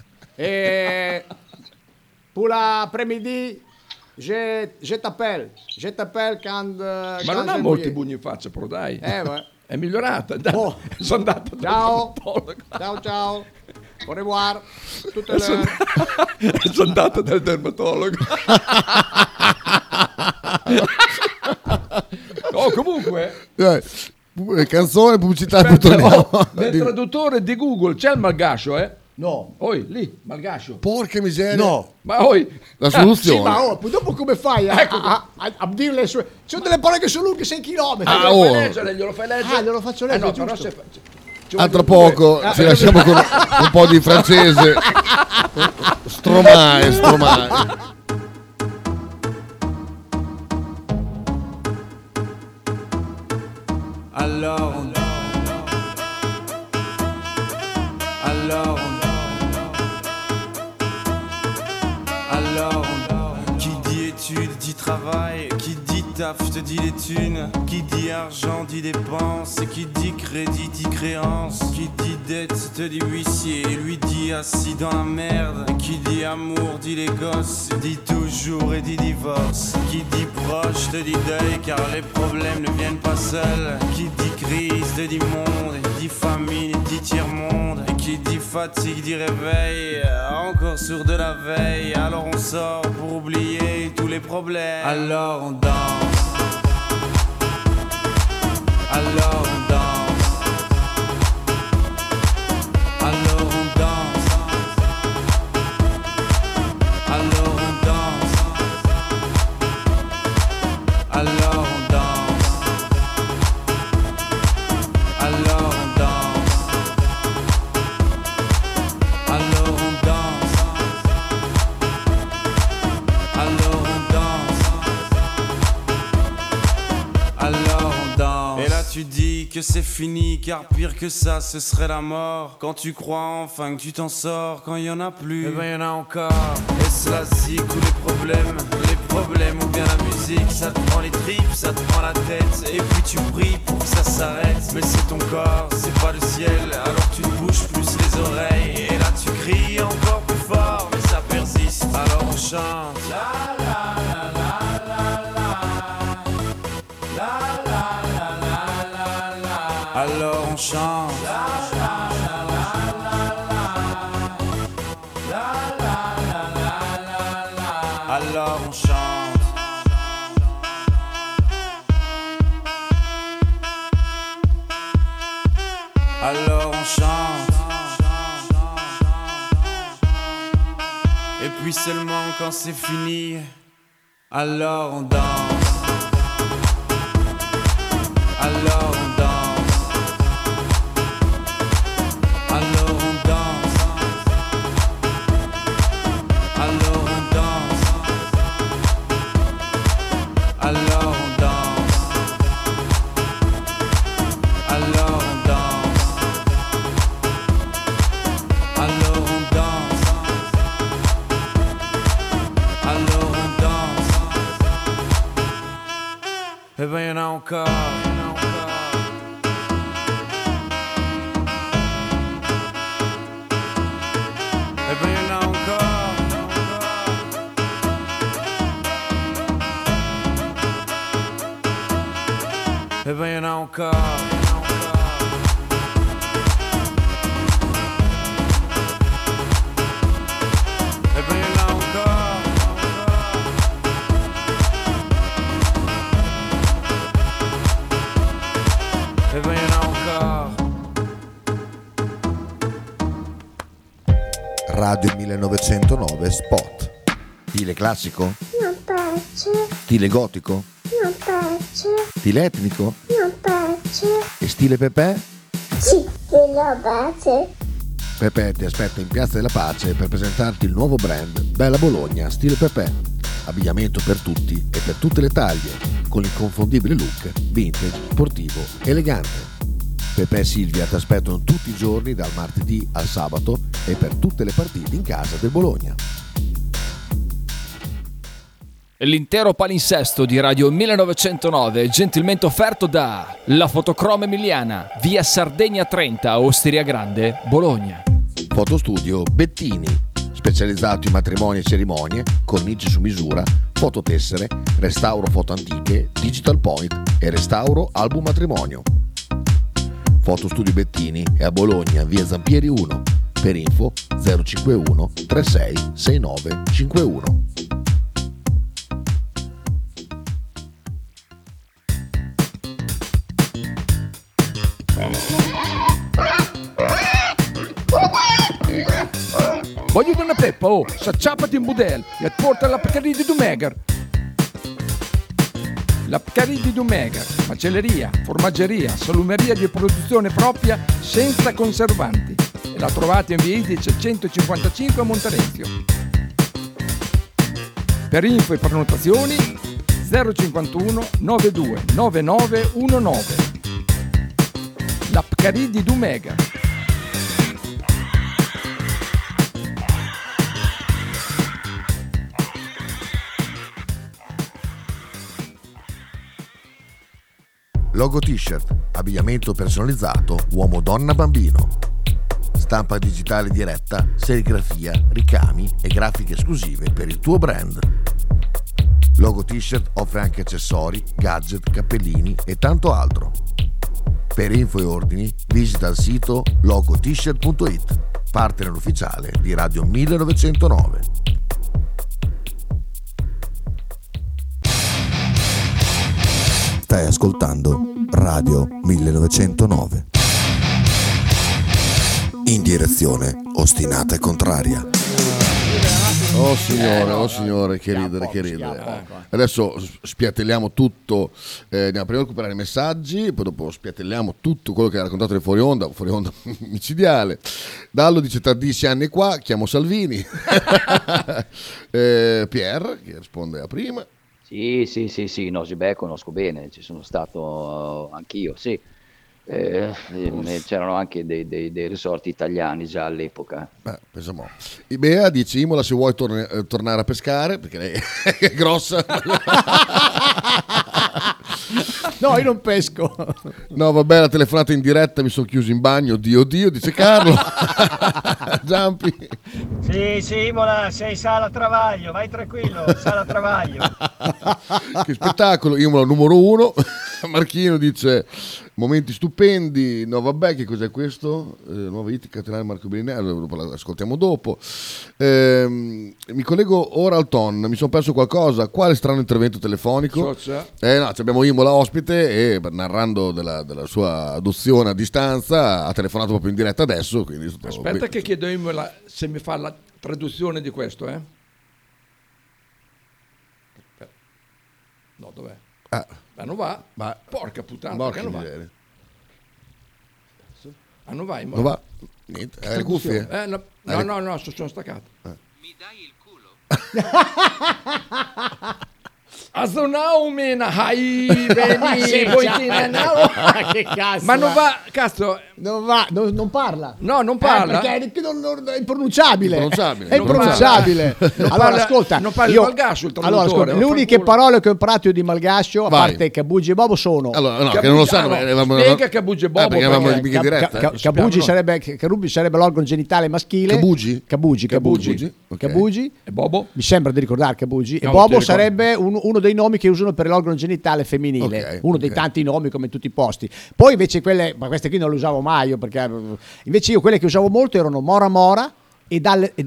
Pour l'après-midi, je t'appelle quand... Ma non ha molti bugni in faccia, però dai. È migliorata. Sono andato ciao. Ciao. Au revoir. Sono andato dal dermatologo. Comunque... Canzone, pubblicità, poi torniamo. Nel traduttore di Google c'è il malgascio, No. Lì, malgascio. Porca miseria. No. Ma la soluzione. Sì, ma dopo come fai a dire le sue... Ci sono delle parole che sono lunghe 6 km. Glielo fai leggere. Glielo faccio leggere, giusto. Però tra poco ci lasciamo con un po' di francese. Stromae. Alors, qui dit études dit travail, qui dit taf te dit les thunes, qui dit argent dit dépenses, qui dit crédit dit créance, qui dit dette te dit huissier, lui dit assis dans la merde, qui dit amour dit les gosses, dit toujours et dit divorce, qui dit proche te dit deuil car les problèmes ne viennent pas seuls, qui dit crise te dit monde, dit famine dit tiers-monde. Et qui dit fatigue dit réveil, encore sourd de la veille. Alors on sort pour oublier tous les problèmes. Alors on danse. Alors on danse. Alors on danse. Alors on danse. Alors on danse. Alors on danse. Alors on danse. Alors on danse. Alors on danse. Et là tu dis que c'est fini, car pire que ça ce serait la mort. Quand tu crois enfin que tu t'en sors, quand il y en a plus, eh ben y en a encore. Est-ce la zik ou les problèmes ou bien la musique? Ça te prend les tripes, ça te prend la tête, et puis tu pries pour que ça s'arrête. Mais c'est ton corps, c'est pas le ciel, alors tu te bouges plus les oreilles. Et là tu cries encore plus fort, mais ça persiste, alors on chante. La la la la la la. La la la la la la. Alors on chante. La la la la la la. La la la la la la. Alors on chante. Alors on chante. Et puis seulement quand c'est fini, alors on danse. Alors on danse. Alors on danse. Alors on danse. Alors on danse. Alors on danse. Alors on danse. Alors on danse. Eh ben y'en a encore. Eh ben y'en a encore. Eh ben y'en a encore. Eh ben y'en a encore. Eh ben y'en a encore. Radio 1909 Spot. Stile classico? Non piace. Stile gotico? Non piace. Stile etnico? Non piace. E stile Pepe? Sì, della base. Pepe ti aspetta in Piazza della Pace per presentarti il nuovo brand Bella Bologna Stile Pepe. Abbigliamento per tutti e per tutte le taglie, con l'inconfondibile look vintage, sportivo, elegante. Pepe e Silvia ti aspettano tutti i giorni dal martedì al sabato e per tutte le partite in casa del Bologna. L'intero palinsesto di Radio 1909 gentilmente offerto da La Fotocroma Emiliana, via Sardegna 30, Osteria Grande, Bologna. Fotostudio Bettini, specializzato in matrimoni e cerimonie, cornici su misura, fototessere, restauro foto antiche, digital point e restauro album matrimonio. Fotostudio Bettini è a Bologna, via Zampieri 1, per info 051 36 69 51. Voglio una peppa, oh, s'acciappati in budel e porta la Pcaridi di Dumegar. La Pcaridi di Dumegar, macelleria, formaggeria, salumeria di produzione propria senza conservanti. E la trovate in via Idice 155 a Monterezio. Per info e prenotazioni 051 92 9919. La Pcaridi di Dumegar. Logo t-shirt, abbigliamento personalizzato, uomo, donna, bambino. Stampa digitale diretta, serigrafia, ricami e grafiche esclusive per il tuo brand. Logo t-shirt offre anche accessori, gadget, cappellini e tanto altro. Per info e ordini visita il sito logotshirt.it, partner ufficiale di Radio 1909. Stai ascoltando Radio 1909. In direzione ostinata e contraria. Oh signore, che ridere. Adesso spiattelliamo tutto, andiamo prima a recuperare i messaggi, poi dopo spiattelliamo tutto quello che ha raccontato nel fuori onda micidiale. Dallo dice tantissimi anni qua, chiamo Salvini. Pier, che risponde a prima. Sì, no, conosco bene, ci sono stato anch'io, sì. C'erano anche dei resort italiani già all'epoca. Pensiamo. Ibea dice Imola se vuoi tornare a pescare, perché lei è grossa. No, io non pesco. No, vabbè, la telefonata in diretta, mi sono chiuso in bagno, Dio, dice Carlo. Giampi. Sì, Imola, sei sala travaglio, vai tranquillo, sala travaglio. Che spettacolo, Imola numero 1. Marchino dice momenti stupendi. No, vabbè, che cos'è questo? Nuova hit catenale Marco Bellinello, lo ascoltiamo dopo. Mi collego ora al ton, mi sono perso qualcosa. Quale strano intervento telefonico? No, abbiamo Imola ospite e narrando della sua adozione a distanza ha telefonato proprio in diretta adesso, quindi aspetta che chiedo a Imola se mi fa la traduzione di questo, No, dov'è? Non va? Porca puttana, perché non va? Non va, Imola? Non va? Niente, le cuffie? No, sono staccato. Mi dai il culo? Che cazzo, ma non va, cazzo, non parla. No, non parla perché è impronunciabile. È impronunciabile. Allora ascolta, non parli di Malgascio il traduttore. Le uniche parole che ho imparato io di Malgascio, a parte Cabugi e Bobo, sono che non lo sanno. Spiega Cabugi e Bobo. Cabugi sarebbe l'organo genitale maschile. Cabugi e Bobo. Mi sembra di ricordare Cabugi e Bobo sarebbe uno dei nomi che usano per l'organo genitale femminile, dei tanti nomi come in tutti i posti. Poi invece ma queste qui non le usavo mai io, perché invece io quelle che usavo molto erano Mora Mora e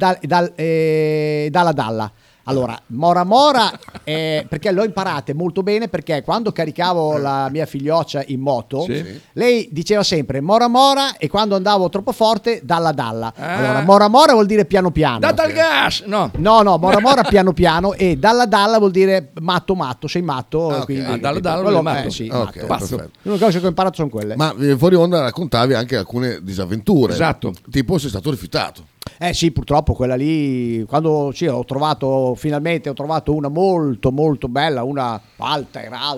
Dalla Dalla. Allora, Mora perché l'ho imparate molto bene, perché quando caricavo la mia figlioccia in moto, lei diceva sempre Mora e quando andavo troppo forte Dalla Dalla. Allora, Mora vuol dire piano piano. Data il gas! No, Mora piano piano, e Dalla vuol dire matto, sei matto. Quindi, Dalla vuol dire matto. Sì, matto. Le uniche cose che ho imparato sono quelle. Ma fuori onda raccontavi anche alcune disavventure. Esatto. Tipo sei stato rifiutato. Sì, purtroppo quella lì, quando finalmente ho trovato una molto molto bella, una alta,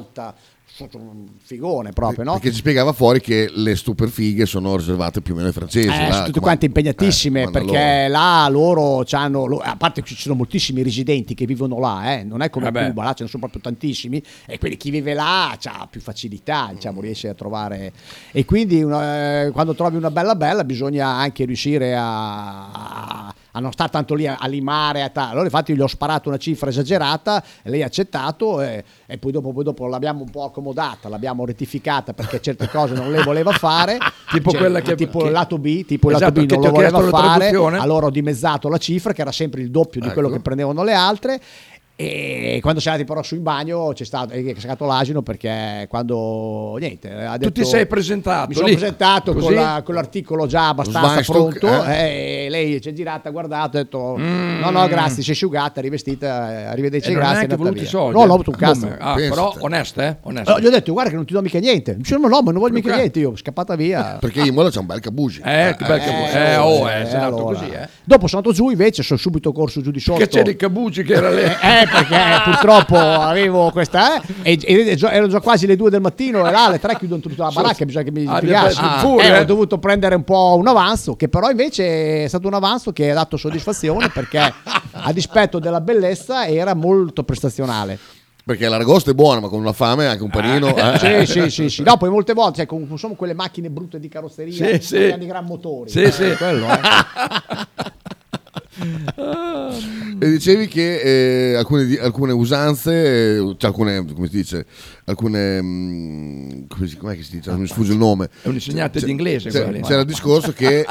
un figone proprio, no? Perché ci spiegava fuori che le superfighe sono riservate più o meno ai francesi. Sono tutte quante impegnatissime, perché là loro c'hanno, a parte che ci sono moltissimi residenti che vivono là, non è come a Cuba, là ce ne sono proprio tantissimi, e quindi chi vive là ha più facilità, riesce a trovare, e quindi quando trovi una bella bisogna anche riuscire a non stare tanto lì a limare. Allora infatti gli ho sparato una cifra esagerata e lei ha accettato, e poi dopo l'abbiamo un po' accomodata, l'abbiamo rettificata perché certe cose non le voleva fare, tipo quella il lato B non lo voleva fare, allora ho dimezzato la cifra, che era sempre il doppio di quello che prendevano le altre. E quando siamo andati però su in bagno è scattato l'asino, perché quando ha detto, tu ti sei presentato, mi sono presentato con l'articolo già abbastanza pronto, e lei si è girata, ha guardato, ha detto no grazie, si è asciugata, rivestita, arrivederci, grazie, non voluto i soldi, no, l'ho avuto un cazzo. Però onesto. Gli ho detto guarda che non ti do mica niente, mi dice no, ma non voglio mica niente, io scappata via, perché in Imola c'è un bel Cabugi, è nato così. Dopo sono andato giù, invece sono subito corso giù di sotto, che c'era il Cabugi che era lì. Perché purtroppo avevo questa e erano già quasi le 2 del mattino, e là alle 3 chiudono tutta la baracca, bisogna che mi spiegassi. Ho dovuto prendere un po' un avanzo, che però invece è stato un avanzo che ha dato soddisfazione, perché a dispetto della bellezza era molto prestazionale. Perché l'aragosta è buona, ma con una fame anche un panino. Sì. No, poi molte volte sono quelle macchine brutte di carrozzeria, di gran motori. Sì. Quello, E dicevi che alcune usanze, cioè alcune, come si dice, alcune, com'è che si dice? Mi sfugge il nome. È un insegnante di inglese. C'era il discorso che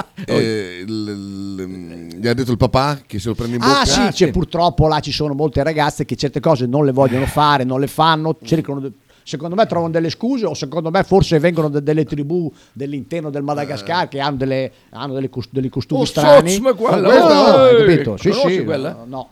gli ha detto il papà che se lo prende in bocca. Ah sì, cioè, purtroppo là ci sono molte ragazze che certe cose non le vogliono fare, non le fanno, cercano. Secondo me trovano delle scuse, o secondo me forse vengono delle tribù dell'interno del Madagascar che hanno dei costumi strani. Ma quella, hai capito? Sì, quella? No.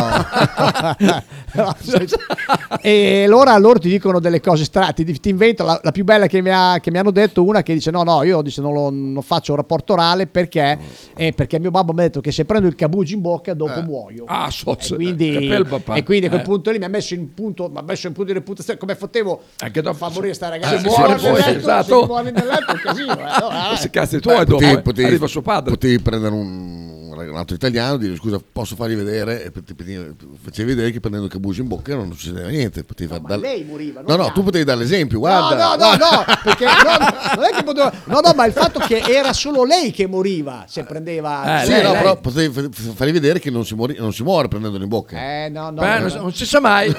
E allora loro ti dicono delle cose strane, ti inventano. La più bella che mi hanno detto, una che dice no, io non faccio un rapporto orale perché mio babbo mi ha detto che se prendo il kabugi in bocca dopo muoio. E quindi a quel punto lì mi ha messo in punto di reputazione, come fottevo anche dopo fa morire sta ragazza. Se muore poi, esatto. Se muore nel letto è un casino. Se cazzi tuoi dopo arriva suo padre. Potevi prendere un altro italiano e dire scusa posso fargli vedere, e facevi vedere che prendendo il kabugi in bocca non succedeva niente. Ma lei moriva. No, tu potevi dare l'esempio, guarda. No, perché non è che poteva. No, ma il fatto che era solo lei che moriva se prendeva. Però potevi fargli vedere che non si muore prendendolo in bocca. Non si sa mai.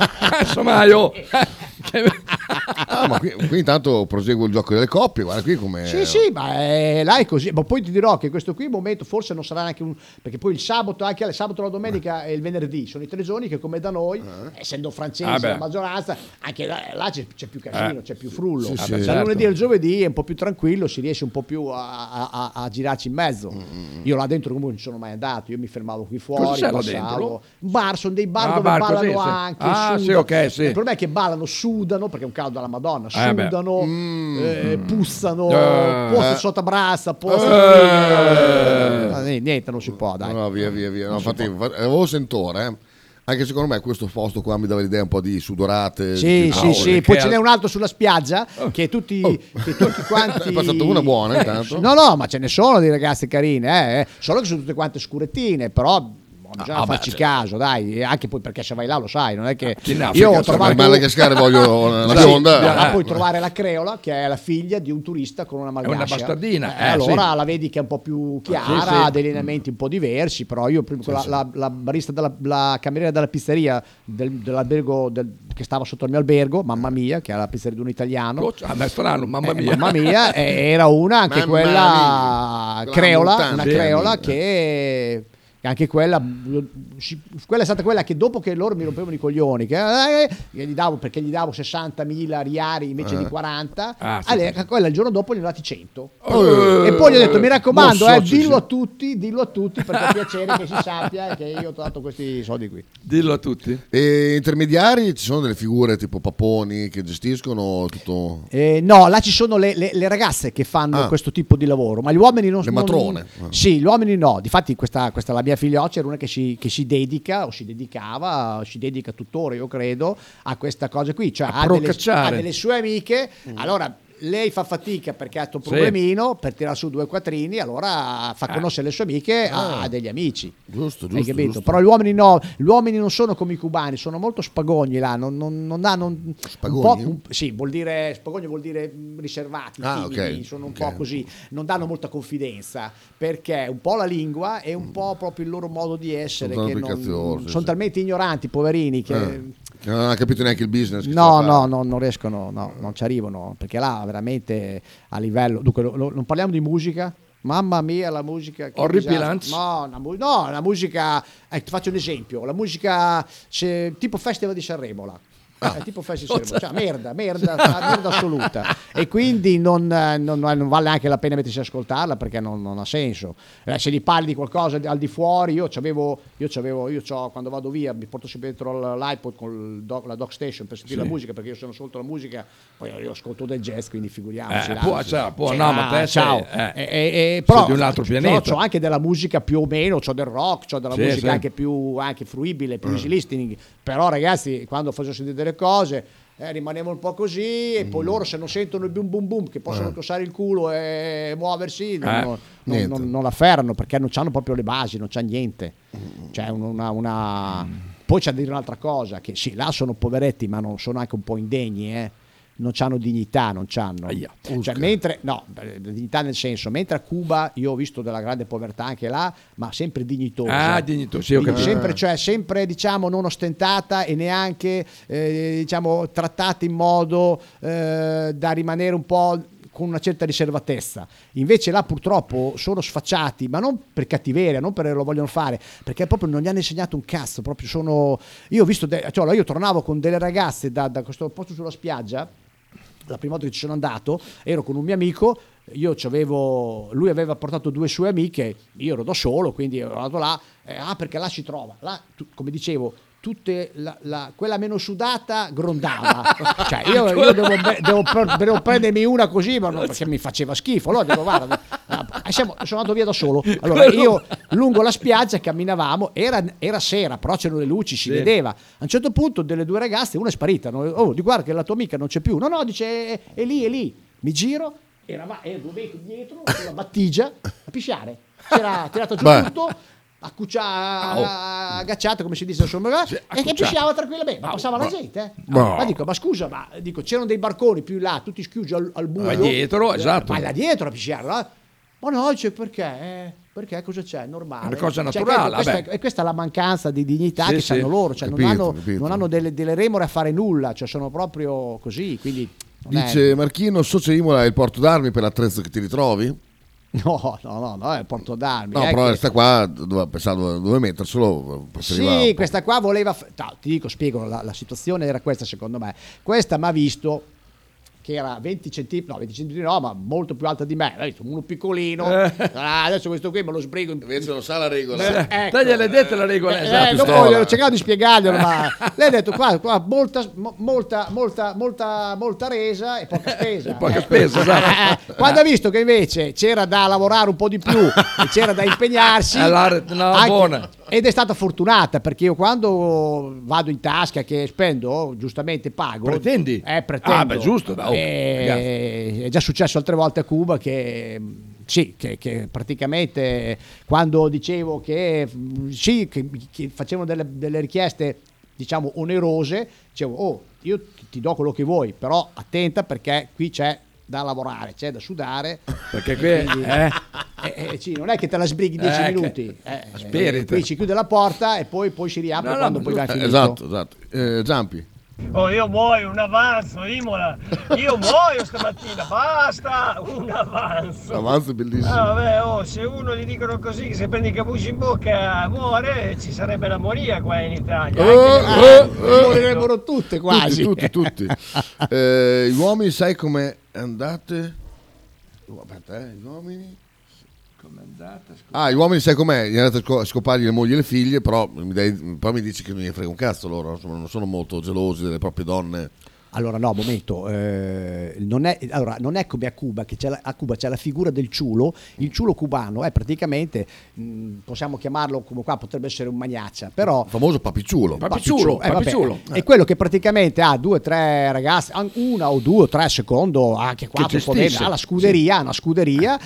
Ma qui intanto proseguo il gioco delle coppie, guarda qui come. Sì, ma là è così. Ma poi ti dirò che questo qui momento forse non sarà neanche perché poi il sabato, anche il sabato, la domenica e il venerdì sono i 3 giorni che come da noi, essendo francesi la maggioranza, anche là c'è più casino, c'è più frullo. Dal lunedì al giovedì è un po' più tranquillo, si riesce un po' più a girarci in mezzo. Io là dentro comunque non sono mai andato, io mi fermavo qui fuori, passavo. Bar, sono dei bar dove ballano anche. Il problema è che ballano, sudano perché è un caldo alla Madonna, sudano, pussano, posto sotto brassa, niente, non si può, dai. No, via. No, infatti avevo sentore, anche secondo me questo posto qua mi dava l'idea un po' di sudorate. Sì. Poi ce n'è un altro sulla spiaggia che tutti quanti. È passato una buona intanto. No, ma ce ne sono di ragazze carine, solo che sono tutte quante scurettine, però bisogna farci caso, dai, anche poi perché se vai là lo sai, non è che io ho trovato Madagascar voglio la bionda. Puoi trovare la creola che è la figlia di un turista con una malgascia, è una bastardina, allora la vedi che è un po' più chiara, ha dei lineamenti un po' diversi, però io la barista la cameriera della pizzeria dell'albergo che stava sotto il mio albergo, mamma mia, che è la pizzeria di un italiano, mamma mia, era una anche quella creola, una creola che anche quella è stata quella che dopo che loro mi rompevano i coglioni gli davo 60.000 riari invece di 40, quella il giorno dopo gli ho dati 100 e poi gli ho detto mi raccomando dillo a tutti per piacere che si sappia che io ho dato questi soldi qui, dillo a tutti. E intermediari ci sono delle figure tipo Paponi che gestiscono tutto? No, là ci sono le ragazze che fanno questo tipo di lavoro, ma gli uomini non le matrone. Sì, gli uomini no, difatti questa la mia figlioccia era una che si dedica o si dedicava o si dedica tuttora, io credo, a questa cosa qui, cioè ha delle sue amiche, allora lei fa fatica perché ha questo problemino per tirare su 2 quattrini, allora fa conoscere le sue amiche a degli amici. Giusto. Però gli uomini no, gli uomini non sono come i cubani, sono molto spagogni là, non danno spagogni? Sì, spagogni vuol dire riservati, timidi, sono un po' così, non danno molta confidenza perché un po' la lingua e un po' proprio il loro modo di essere sono talmente ignoranti, poverini, che non hanno capito neanche il business. Non riescono, non ci arrivano, perché là veramente a livello. Dunque, non parliamo di musica. Mamma mia, la musica. Horripilante. La musica. Ti faccio un esempio. La musica tipo Festival di Sanremo là. È tipo Festival di Sanremo, cioè merda assoluta. E quindi non vale neanche la pena mettersi ad ascoltarla perché non ha senso. Se gli parli di qualcosa al di fuori, io quando vado via mi porto sempre dentro l'iPod con la dock station per sentire la musica, perché io sono solo la musica, poi io ascolto del jazz, quindi figuriamoci. Però di un altro pianeta. C'ho anche della musica più o meno, c'ho del rock, c'ho della musica anche più anche fruibile, più easy listening. Però ragazzi, quando faccio sentire delle cose rimanevo un po' così, e poi loro se non sentono il boom boom boom che possono tossare il culo e muoversi non la ferrano, perché non c'hanno proprio le basi, non c'ha niente. C'è poi c'è da dire un'altra cosa, che sì, là sono poveretti ma non sono anche un po' indegni, non c'hanno dignità, non c'hanno. Cioè, mentre, no, dignità nel senso, mentre a Cuba io ho visto della grande povertà anche là, ma sempre dignitosa. Dignitosa, sì, ho capito. Sempre, cioè, sempre, diciamo, non ostentata e neanche, diciamo, trattata in modo da rimanere un po' con una certa riservatezza. Invece là purtroppo sono sfacciati, ma non per cattiveria, non perché lo vogliono fare, perché proprio non gli hanno insegnato un cazzo. Proprio sono. Io ho visto, cioè, io tornavo con delle ragazze da questo posto sulla spiaggia. La prima volta che ci sono andato ero con un mio amico, lui aveva portato 2 sue amiche, io ero da solo, quindi ero andato là, perché là si trova, là, come dicevo, quella meno sudata grondava, cioè io devo prendermi una così, ma non perché mi faceva schifo, allora sono andato via da solo. Allora io lungo la spiaggia camminavamo, era sera, però c'erano le luci, si vedeva. A un certo punto delle 2 ragazze, una è sparita, di guarda che la tua amica non c'è più, no, dice è lì, mi giro, era 2 metri dietro, sulla battigia, a pisciare, c'era tirato giù tutto, agacciato, come si dice, insomma, e che pisciava tranquillamente, ma passava la gente. Ma dico, ma scusa, c'erano dei barconi più là, tutti schiusi al buio. Ma dietro, esatto. Ma là dietro a pisciare, no? Ma no, dice, perché? Perché cosa c'è? È normale. È una cosa naturale. E questa è la mancanza di dignità che hanno loro, cioè capito. Non hanno delle remore a fare nulla, cioè sono proprio così, quindi. Dice Marchino, Socio Imola è il porto d'armi per l'attrezzo che ti ritrovi? No, è il porto d'armi. No, però questa qua doveva metterselo. Sì, questa qua voleva. Ti dico, spiego, la situazione era questa, secondo me. Questa mi ha visto che era 20 centimetri no, ma molto più alta di me, uno piccolino. Adesso questo qui me lo sbrigo. Invece non sa la regola. Ecco. Dai, gliel'hai detta la regola. Dopo ho cercato di spiegarglielo, ma lei ha detto qua molta resa e poca spesa. Esatto. Quando ha visto che invece c'era da lavorare un po' di più e c'era da impegnarsi, buona. Ed è stata fortunata, perché io quando vado in tasca che spendo, giustamente pago. Pretendi? Pretendo. Beh, giusto. È già successo altre volte a Cuba che praticamente quando dicevo che facevano delle richieste, diciamo, onerose, dicevo, io ti do quello che vuoi, però attenta perché qui c'è da lavorare, c'è da sudare, perché qui non è che te la sbrighi 10 minuti, qui si chiude la porta e poi si riapre quando poi vai finito. Esatto. Zampi. Io muoio, un avanzo, Imola. Io muoio stamattina, basta, un avanzo. Avanzo bellissimo. Vabbè, se uno gli dicono così, che se prendi i cappucci in bocca muore, ci sarebbe la moria qua in Italia. Morirebbero tutte quasi. Tutti. Gli uomini, sai come andate? Gli uomini? Gli uomini sai com'è? Gli andate a scopargli le mogli e le figlie, però mi dici che non gli frega un cazzo loro, insomma, non sono molto gelosi delle proprie donne. Allora no, momento, non è come a Cuba, che a Cuba c'è la figura del ciulo. Il ciulo cubano è praticamente, possiamo chiamarlo come qua, potrebbe essere un magnaccia, però il famoso papicciulo. È quello che praticamente ha 2 o 3 ragazze, una o 2 o 3 secondo, anche 4 ha la scuderia, ha una scuderia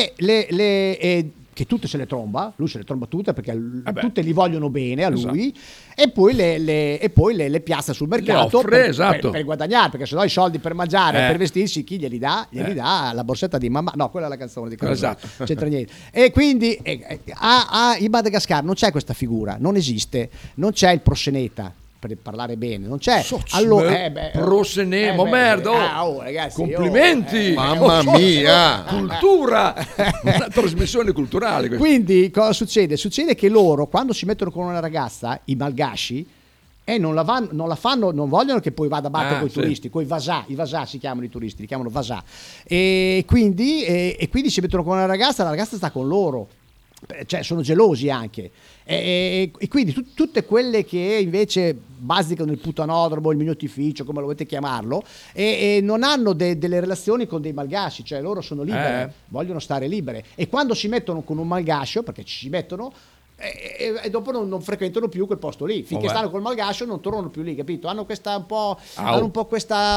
e che tutte se le tromba, lui se le tromba tutte perché tutte gli vogliono bene a lui, e poi le piazza sul mercato per guadagnare, perché sennò i soldi per mangiare, per vestirsi, chi glieli dà? Glieli dà la borsetta di mamma, no, quella è la canzone di cosa, c'entra niente. E quindi in Madagascar non c'è questa figura, non esiste, non c'è il proseneta, per parlare bene, non c'è. Prosenemo, merda. Ragazzi, complimenti, mamma mia, cultura, una trasmissione culturale. Quindi cosa succede? Succede che loro, quando si mettono con una ragazza, i malgashi, non la fanno, non vogliono che poi vada a battere con i turisti, con i vasà si chiamano i turisti, li chiamano vasà, e quindi si mettono con una ragazza, la ragazza sta con loro. Cioè sono gelosi anche e quindi tutte quelle che invece basicano il putanodromo, il mignotificio, come lo volete chiamarlo, e non hanno delle relazioni con dei malgashi, cioè loro sono libere, vogliono stare libere, e quando si mettono con un malgascio, perché ci si mettono e dopo non frequentano più quel posto lì, finché stanno col malgascio non tornano più lì, capito? Hanno un po'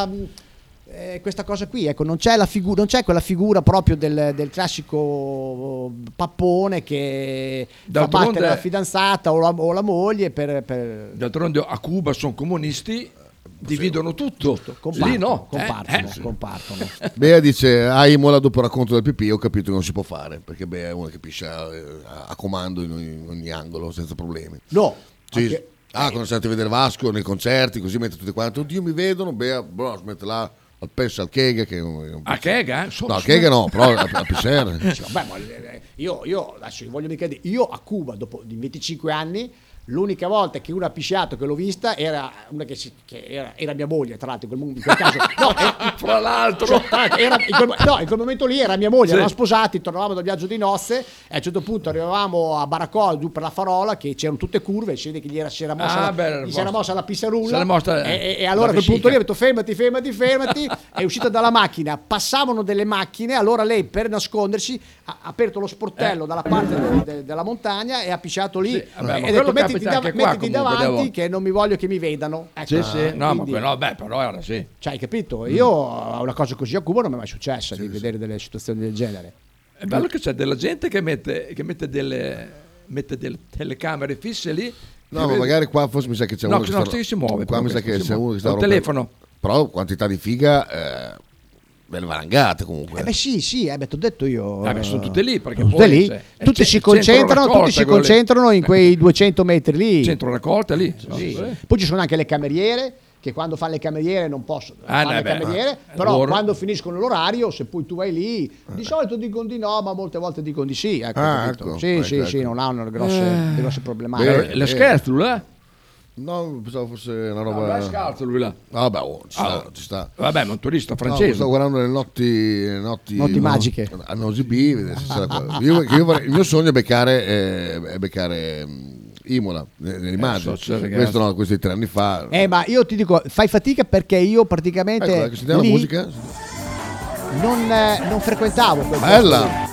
questa cosa qui, ecco, non c'è quella figura proprio del classico pappone che fa battere la fidanzata o la moglie per... D'altronde a Cuba sono comunisti, dividono tutto. Compartono, Lì no. compartono. Bea dice a Imola dopo il racconto del pipì ho capito che non si può fare perché Bea è una che piscia a comando in ogni angolo senza problemi. No. Sì. Anche... Quando senti vedere Vasco nei concerti così mette tutti quanti, oddio mi vedono, Bea si mette là al pesce al Chega che a Chega? No, al Chega no, però a pisciare. Vabbè, ma io adesso voglio mica dire, io a Cuba dopo di 25 anni l'unica volta che una ha pisciato che l'ho vista era una che era mia moglie, tra l'altro in quel caso. No, fra l'altro. In quel momento lì era mia moglie, Sì. eravamo sposati, tornavamo dal viaggio di nozze e a un certo punto arrivavamo a Baracò, giù per la Farola, che c'erano tutte curve, si vede che si era mossa la pissarulla e allora a quel punto lì ho detto fermati è uscita dalla macchina, passavano delle macchine, allora lei per nascondersi ha aperto lo sportello dalla parte della montagna e ha pisciato lì e ha detto mettiti davanti che non mi voglio che mi vedano. Ecco. Sì. No, quindi, però era sì. Cioè, hai capito? Io una cosa così a Cuba non mi è mai successa di vedere delle situazioni del genere. È bello che c'è della gente che mette delle telecamere fisse lì. No, ma magari qua forse mi sa che c'è uno che si muove. Qua mi sa che c'è uno che sta al telefono. Però quantità di figa belle valangate comunque. Sì, ti ho detto io. Sono tutte lì perché tutte poi lì. Tutti si concentrano in quei 200 metri lì. Centro raccolta lì. Sì. Poi ci sono anche le cameriere che quando fanno le cameriere non possono fare le cameriere, però quando finiscono l'orario, se poi tu vai lì, di solito dicono di no, ma molte volte dicono di sì. Ecco. Sì, non hanno grosse problematiche. Le scherzo, No, pensavo fosse una roba. No, è scalzo lui là. Vabbè, ci sta. Vabbè, ma un turista francese. Sto guardando le notti magiche. A Nosy B. Il mio sogno è beccare Imola nell'immagine. Questo 3 anni fa. Ma io ti dico, fai fatica perché io praticamente sentiamo la musica. Non frequentavo quel bella.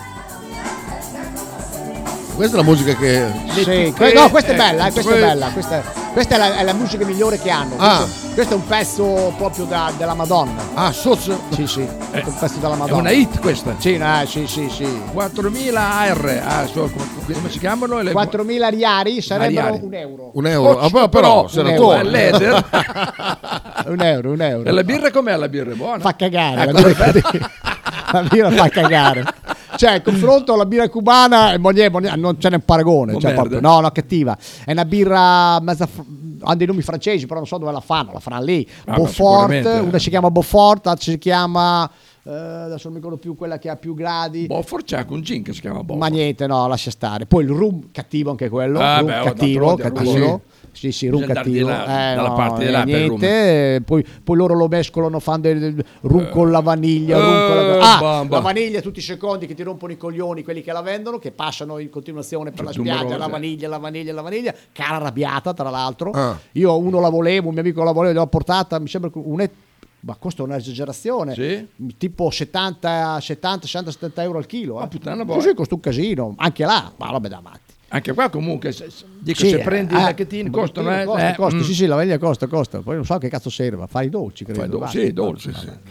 Questa è la musica che... No, questa è bella, questa è la musica migliore che hanno. Questo è un pezzo proprio della Madonna. Soz? Sì, è un pezzo della Madonna. È una hit questa? Sì. 4.000 AR, come si chiamano? 4.000 riari sarebbero un euro. Però se la tua l'eder. un euro. E la birra com'è? La birra è buona? Fa cagare. La birra fa cagare. Cioè, confronto alla birra cubana non ce n'è un paragone. No, cattiva. È una birra hanno dei nomi francesi, però non so dove la fanno. La faranno lì. Beaufort, una si chiama Beaufort, l'altra si chiama adesso non mi ricordo più quella che ha più gradi. Beaufort c'è anche un gin che si chiama Beaufort. Ma niente, no, lascia stare. Poi il rum cattivo anche quello. Cattivo. Sì, rum cattivo. Dalla parte di là niente. Poi loro lo mescolano, fanno del rum con la vaniglia. La vaniglia tutti i secondi che ti rompono i coglioni, quelli che la vendono, che passano in continuazione per la spiaggia. La vaniglia. Cara arrabbiata, tra l'altro. Io uno la volevo, un mio amico la voleva, l'ho portata, mi sembra ma costa un'esagerazione, tipo 70 euro al chilo. Puttana così costa un casino, anche là, ma roba da matti. Anche qua comunque se prendi i pacchettini costano costa. Sì, la vaniglia costa, poi non so che cazzo serve, fai i dolci, credo. Dolci.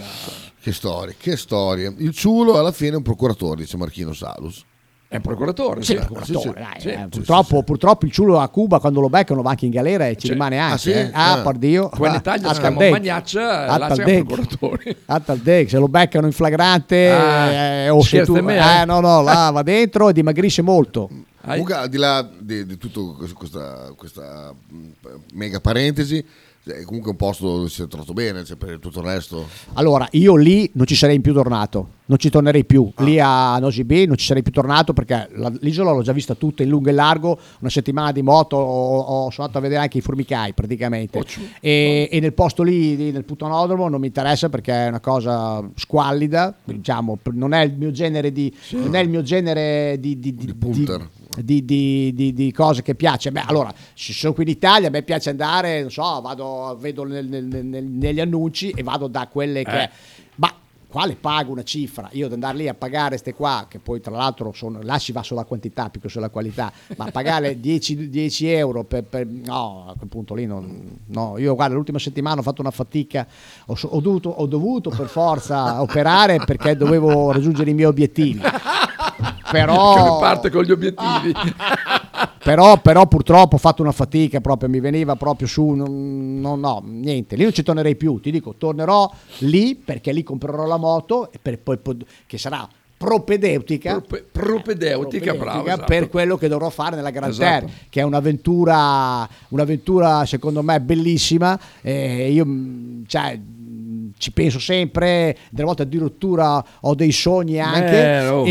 Che storie. Il ciulo alla fine è un procuratore, dice Marchino Salus. È un procuratore, Purtroppo il ciulo a Cuba quando lo beccano va anche in galera e ci rimane anche. Per Dio. Qua in Italia siamo a Magnaccia, là c'è un procuratore. Se lo beccano in flagrante o se tu là va dentro e dimagrisce molto. Comunque, al di là di tutto questa mega parentesi, è comunque un posto dove si è trovato bene, cioè per tutto il resto. Allora, io lì non ci sarei più tornato, non ci tornerei più. Lì a Nosy B non ci sarei più tornato perché l'isola l'ho già vista tutta in lungo e largo. Una settimana di moto sono andato a vedere anche i formicai praticamente. E nel posto lì, nel Putanodromo, non mi interessa perché è una cosa squallida, diciamo, non è il mio genere di punter. Di cose che piace. Allora, se sono qui in Italia, a me piace andare, non so, vedo negli annunci e vado da quelle che quale pago una cifra, io ad andare lì a pagare queste qua, che poi tra l'altro là si va sulla quantità più che sulla qualità, ma pagare 10 euro per no, a quel punto lì no. Io guarda, l'ultima settimana ho fatto una fatica, ho dovuto per forza operare perché dovevo raggiungere i miei obiettivi. Però che parte con gli obiettivi. però purtroppo ho fatto una fatica proprio, mi veniva proprio su, no, niente, lì non ci tornerei più, ti dico, tornerò lì perché lì comprerò la moto e poi che sarà propedeutica, bravo, esatto. Per quello che dovrò fare nella Grand Terre, Esatto. che è un'avventura secondo me bellissima. Io ci penso sempre, delle volte addirittura ho dei sogni anche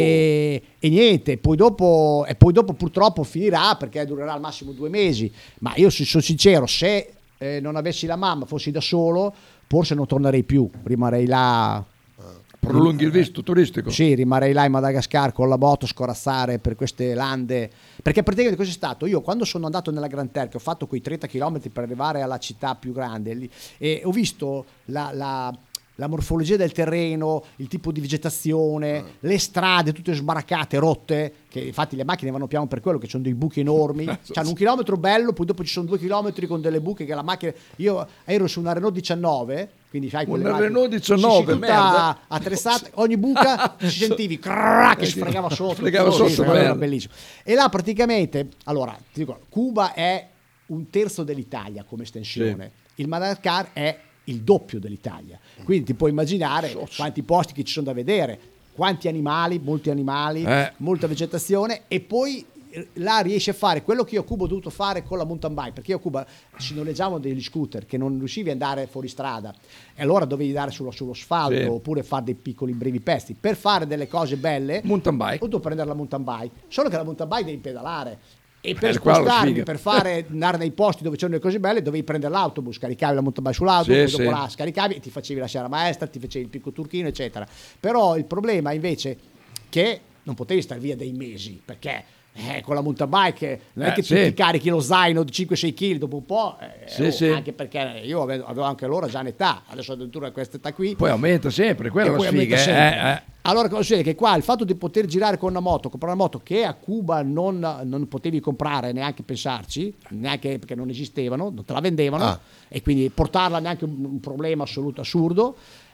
e niente, poi dopo purtroppo finirà perché durerà al massimo 2 mesi, ma io sono sincero, se non avessi la mamma, fossi da solo, forse non tornerei più, rimarrei là. Prolunghi il visto turistico? Sì, rimarrei là in Madagascar con la moto, scorazzare per queste lande. Perché praticamente cosa è stato? Io quando sono andato nella Grand Terre, che ho fatto quei 30 km per arrivare alla città più grande, lì, e ho visto la morfologia del terreno, il tipo di vegetazione, le strade tutte sbaraccate, rotte, che infatti le macchine vanno piano per quello, che sono dei buchi enormi, c'hanno 1 chilometro bello, poi dopo ci sono 2 chilometri con delle buche che la macchina... Io ero su una Renault 19, quindi sai una Renault 19, tutta attrezzata, ogni buca si sentivi che si fregava sotto, era bellissimo. E là praticamente, allora, ti dico, Cuba è 1/3 dell'Italia come estensione, il Madagascar è il doppio dell'Italia, quindi ti puoi immaginare quanti posti che ci sono da vedere, quanti animali, molti animali, molta vegetazione, e poi là riesci a fare quello che io a Cuba ho dovuto fare con la mountain bike, perché io a Cuba ci noleggiavamo degli scooter che non riuscivi ad andare fuori strada e allora dovevi andare sullo asfalto oppure fare dei piccoli brevi pezzi. Per fare delle cose belle mountain bike, ho dovuto prendere la mountain bike, solo che la mountain bike devi pedalare. E per spostarmi, per andare nei posti dove c'erano le cose belle, dovevi prendere l'autobus, caricavi la mountain bike sull'autobus, dopo la scaricavi e ti facevi la sera maestra, ti facevi il picco turchino, eccetera. Però il problema invece che non potevi stare via dei mesi, perché con la mountain bike non è che ti carichi lo zaino di 5-6 kg dopo un po', anche perché io avevo anche allora già un'età, adesso addirittura a questa età qui. Poi aumenta sempre, quella è la sfiga. Allora cosa succede? Che qua il fatto di poter girare con una moto, comprare una moto che a Cuba non potevi comprare, neanche pensarci, neanche perché non esistevano, non te la vendevano, e quindi portarla neanche un problema assoluto, assurdo.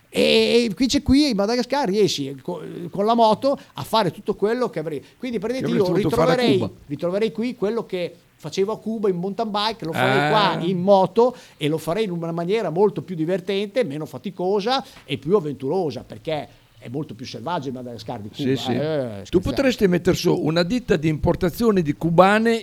E qui in Madagascar riesci con la moto a fare tutto quello che avrei. Quindi praticamente io ritroverei qui quello che facevo a Cuba in mountain bike, lo farei qua in moto e lo farei in una maniera molto più divertente, meno faticosa e più avventurosa, perché è molto più selvaggio il Madagascar di Cuba. Tu potresti mettere su una ditta di importazione di cubane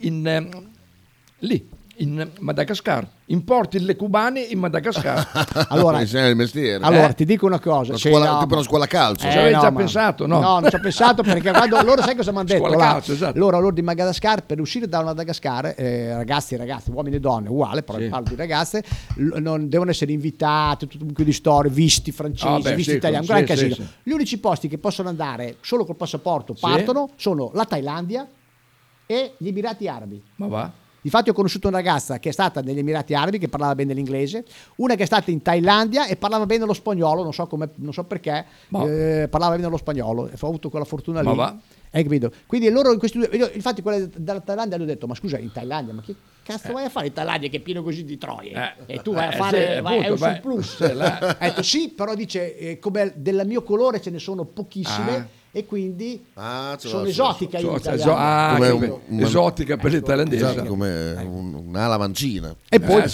lì in Madagascar, importi le cubane in Madagascar. Allora, il mestiere. Allora ti dico una cosa, tipo una scuola calcio. Ci avevi già pensato? No, non ci ho pensato, perché quando loro sai cosa mi hanno detto? Calcio, esatto. Loro di Madagascar, per uscire da Madagascar, ragazzi, uomini e donne, uguale, però parlo di ragazze, non devono essere invitati, tutto un mucchio di storie, visti francesi, visti italiani, un gran casino. Gli unici posti che possono andare solo col passaporto partono sono la Thailandia e gli Emirati Arabi. Ma va? Difatti ho conosciuto una ragazza che è stata negli Emirati Arabi, che parlava bene l'inglese, una che è stata in Thailandia e parlava bene lo spagnolo, non so perché, parlava bene lo spagnolo, ho avuto quella fortuna lì. Hai capito? Quindi loro in questi infatti quelle dalla Thailandia hanno detto: ma scusa, in Thailandia, ma che cazzo vai a fare in Thailandia che è pieno così di troie? E tu vai a fare è un surplus. Ha detto sì, però dice come del mio colore ce ne sono pochissime. E quindi sono esotica esotica per il thailandese, esatto, come un'ala mancina. E poi,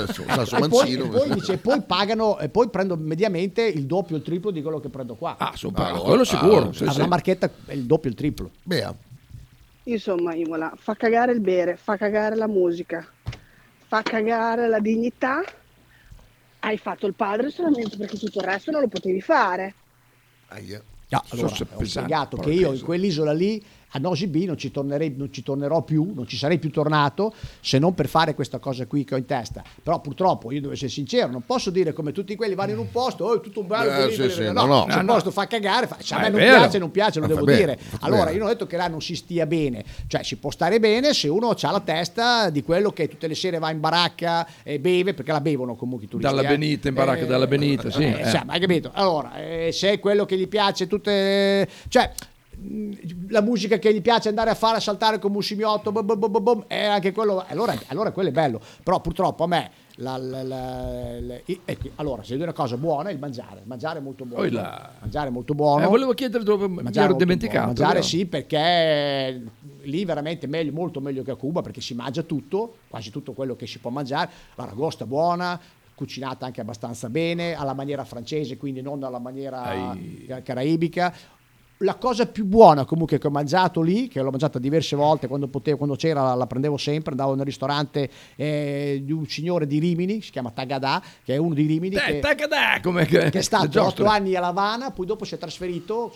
poi pagano e poi prendo mediamente il doppio o il triplo di quello che prendo qua. Quello sicuro. La marchetta è il doppio o il triplo. Insomma, Imola fa cagare il bere, fa cagare la musica, fa cagare la dignità. Hai fatto il padre solamente perché tutto il resto non lo potevi fare. Allora, ho spiegato che io in quell'isola lì a Nosy Be non ci tornerò più, non ci sarei più tornato se non per fare questa cosa qui che ho in testa. Però purtroppo io devo essere sincero, non posso dire come tutti quelli vanno in un posto, è tutto bello, se un posto fa cagare, se a me non piace, lo devo dire. Allora io non ho detto che là non si stia bene, cioè si può stare bene se uno ha la testa di quello che tutte le sere va in baracca e beve, perché la bevono comunque i turisti. Dalla Benita, in baracca dalla Benita, sì. Hai capito? Allora, se è quello che gli piace tutte... cioè la musica che gli piace andare a fare, a saltare come un scimmiotto, è anche quello, allora quello è bello. Però purtroppo a me allora, se devo dire una cosa buona è il mangiare è molto buono. Mangiare è molto buono. Volevo chiedere dove mi ero dimenticato. Mangiare sì, perché lì veramente meglio, molto meglio che a Cuba, perché si mangia tutto, quasi tutto quello che si può mangiare. L'aragosta buona, cucinata anche abbastanza bene, alla maniera francese, quindi non alla maniera caraibica. La cosa più buona comunque che ho mangiato lì, che l'ho mangiata diverse volte, quando c'era la prendevo sempre, andavo nel ristorante di un signore di Rimini, si chiama Tagadà, che è uno di Rimini, che è stato 8 anni a La Habana, poi dopo si è trasferito,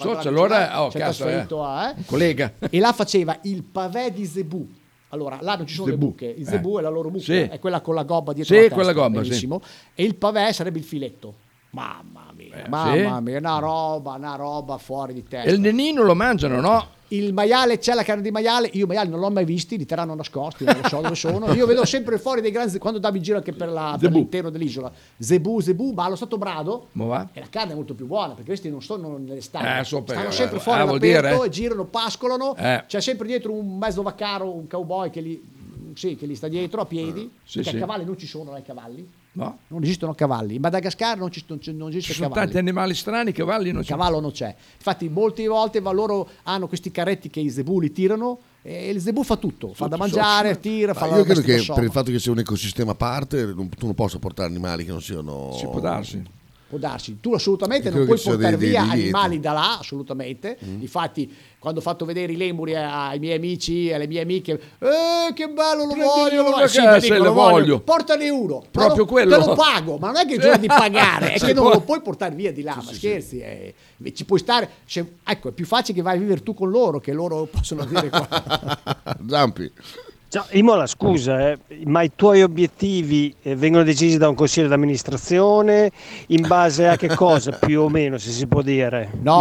un collega, e là faceva il pavé di zebù. Allora, là non ci sono le buche, il zebù è la loro buca, è quella con la gobba dietro la testa, quella gobba, benissimo, e il pavé sarebbe il filetto. Mamma mia, una roba fuori di testa. E il nenino lo mangiano, no? Il maiale, c'è la carne di maiale, io i maiali non l'ho mai visti, li terranno nascosti, non lo so dove sono. Io vedo sempre fuori dei grandi, quando davi in giro anche per l'intero dell'isola, zebù, ma allo Stato Brado, e la carne è molto più buona, perché questi non sono nelle stalle, stanno sempre fuori all'aperto e girano, pascolano, c'è sempre dietro un mezzo vaccaro, un cowboy che li sta dietro a piedi, perché cavalli non ci sono, cavalli. No, non esistono cavalli. In Madagascar non esiste cavalli. Ci sono tanti animali strani, cavalli non c'è. Il cavallo non c'è. Infatti, molte volte loro hanno questi carretti che i zebù li tirano e il zebù fa tutto, fa da mangiare, tira, fa la. Io credo che per il fatto che sia un ecosistema a parte, tu non possa portare animali che non siano. Si può darsi. Può darsi, tu assolutamente non puoi portare via animali da là, assolutamente. Infatti, quando ho fatto vedere i lemuri ai miei amici e alle mie amiche, che bello, lo voglio, lo voglio, portane uno, proprio quello, te lo pago, ma non è che gioca di pagare, è che non lo puoi portare via di là, ma scherzi, ci puoi stare, ecco, è più facile che vai a vivere tu con loro che loro possono dire qua. Zampi. Ciao, Imola, scusa, ma i tuoi obiettivi vengono decisi da un consiglio d'amministrazione in base a che cosa, più o meno, se si può dire? No,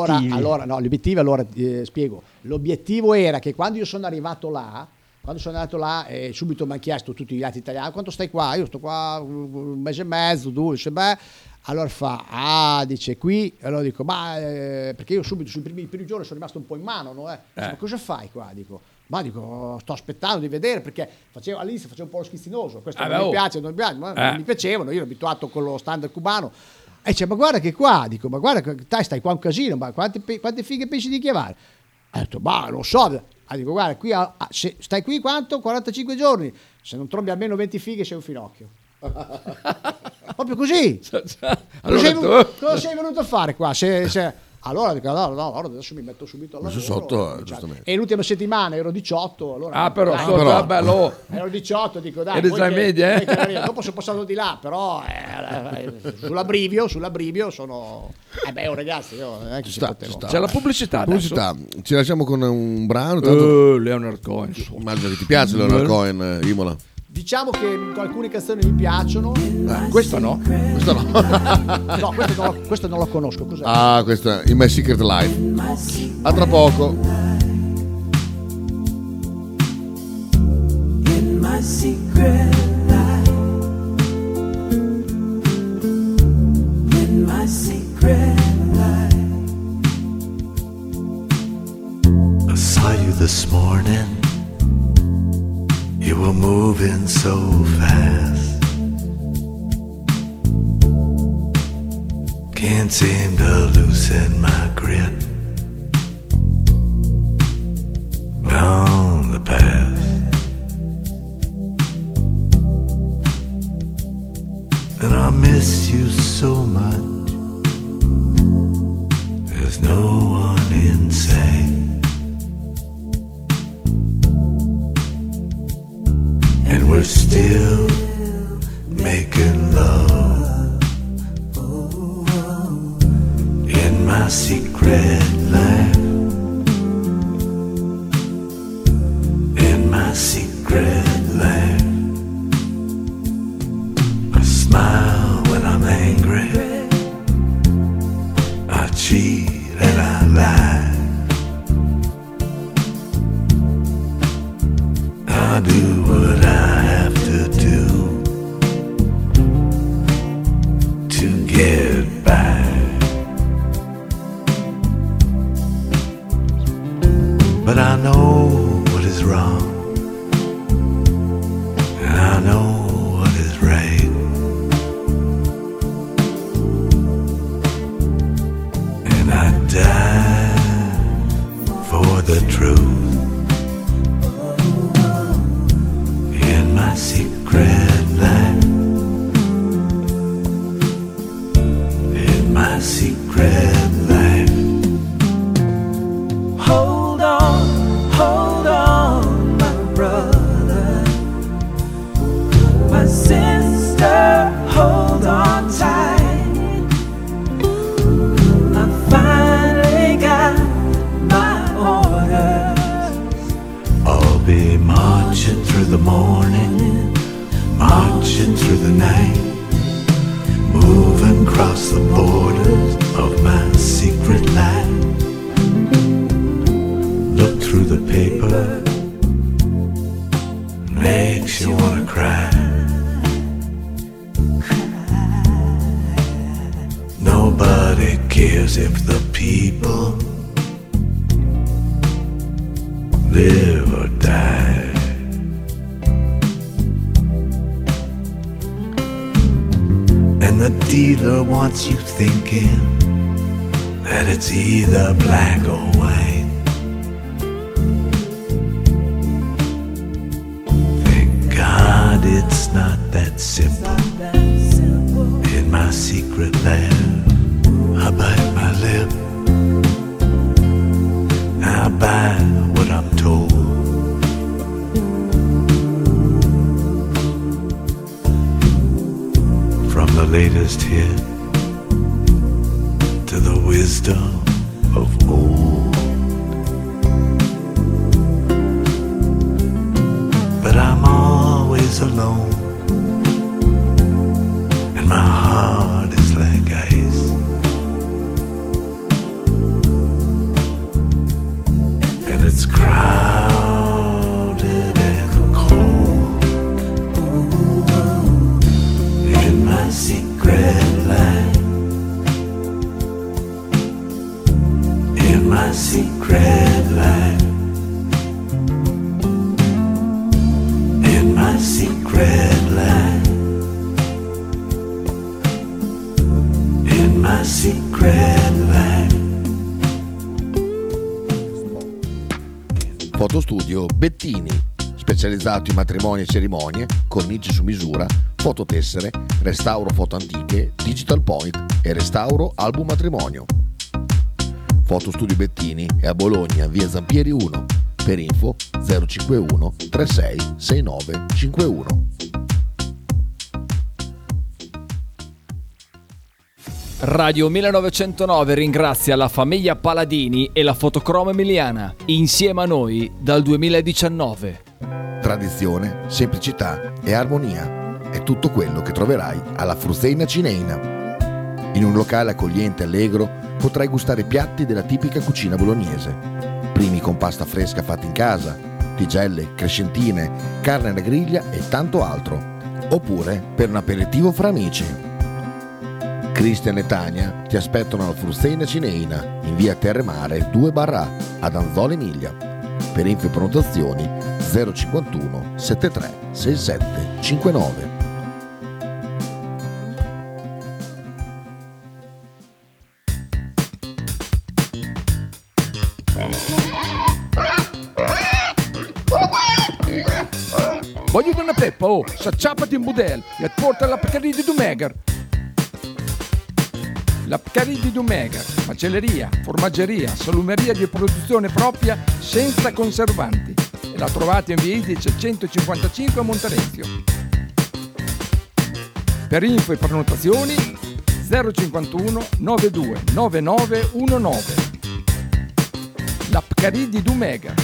spiego. L'obiettivo era che quando io sono arrivato là, subito mi hanno chiesto tutti gli altri italiani, quanto stai qua? Io sto qua un mese e mezzo, 2, allora dice qui, allora dico, perché io subito sui primi giorni sono rimasto un po' in mano, no? Ma cosa fai qua? Dico, sto aspettando di vedere, perché all'inizio facevo un po' lo schizzinoso, questo non mi piace, non mi piacevano, io ero abituato con lo standard cubano, e dice, ma guarda che qua, dico, ma guarda, stai qua un casino, ma quante fighe pensi di chiamare? Ho detto, non so, dico, guarda, qui stai qui quanto? 45 giorni, se non trovi almeno 20 fighe sei un finocchio. Proprio così. Cosa sei venuto a fare qua? Allora dico, no, adesso mi metto subito al lavoro. Sotto, giustamente. E l'ultima settimana ero 18. Allora, ero 18, dico dai. Dopo sono passato di là, però sull'abbrivio sono. Ragazzi, c'è la pubblicità. Ci lasciamo con un brano. Leonard Cohen. Immagino che ti piace Leonard Cohen, Imola. Diciamo che alcune canzoni mi piacciono. Questo no. No, questo non lo conosco. Cos'è? Questo è In My Secret Life. A tra poco. In my secret life. In my secret life. I saw you this morning. You were moving so fast. Can't seem to loosen my grip on the past. And I miss you so much. There's no one inside. And we're still making love in my secret life. In my secret life. I smile when I'm angry. I cheat and I lie. I do what I have to do to get by. But I know what is wrong, and I know what is right. the truth in my secret life, in my secret life. Hold on, my brother, my sister, hold on tight. I finally got my orders. I'll be marching through the morning, marching through the night, moving across the borders of my secret life. Look through the paper, makes you wanna cry. Nobody cares if the people live or die. And the dealer wants you thinking that it's either black or white. Thank God it's not that simple. In my secret lab, I bite my lip. I buy what I'm told. From the latest hit to the wisdom of old. But I'm always alone, and my heart is like ice. And it's crowded and cold in my secret life, in my secret life, in my secret life, in my secret life. Fotostudio Bettini, specializzato in matrimoni e cerimonie, cornici su misura, fototessere, restauro foto antiche, digital point e restauro album matrimonio. Fotostudio Bettini è a Bologna, via Zampieri 1, per info 051 36 69 51. Radio 1909 ringrazia la famiglia Paladini e la Fotocromo Emiliana, insieme a noi dal 2019. Tradizione, semplicità e armonia è tutto quello che troverai alla Fruzeina Cineina. In un locale accogliente e allegro potrai gustare piatti della tipica cucina bolognese. Primi con pasta fresca fatta in casa, tigelle, crescentine, carne alla griglia e tanto altro. Oppure per un aperitivo fra amici. Cristian e Tania ti aspettano alla Fruzeina Cineina in via Terremare 2/A ad Anzola Emilia. Per info e prenotazioni 051 73 67 59. Voglio una peppa, oh, s'acciappati in budel e porta la Pcaridi di Dumegar. La Pcaridi di Dumegar, macelleria, formaggeria, salumeria di produzione propria senza conservanti. E la trovate in via Idice 155 a Monterezio. Per info e prenotazioni 051 92 9919. La Pcaridi di Dumegar.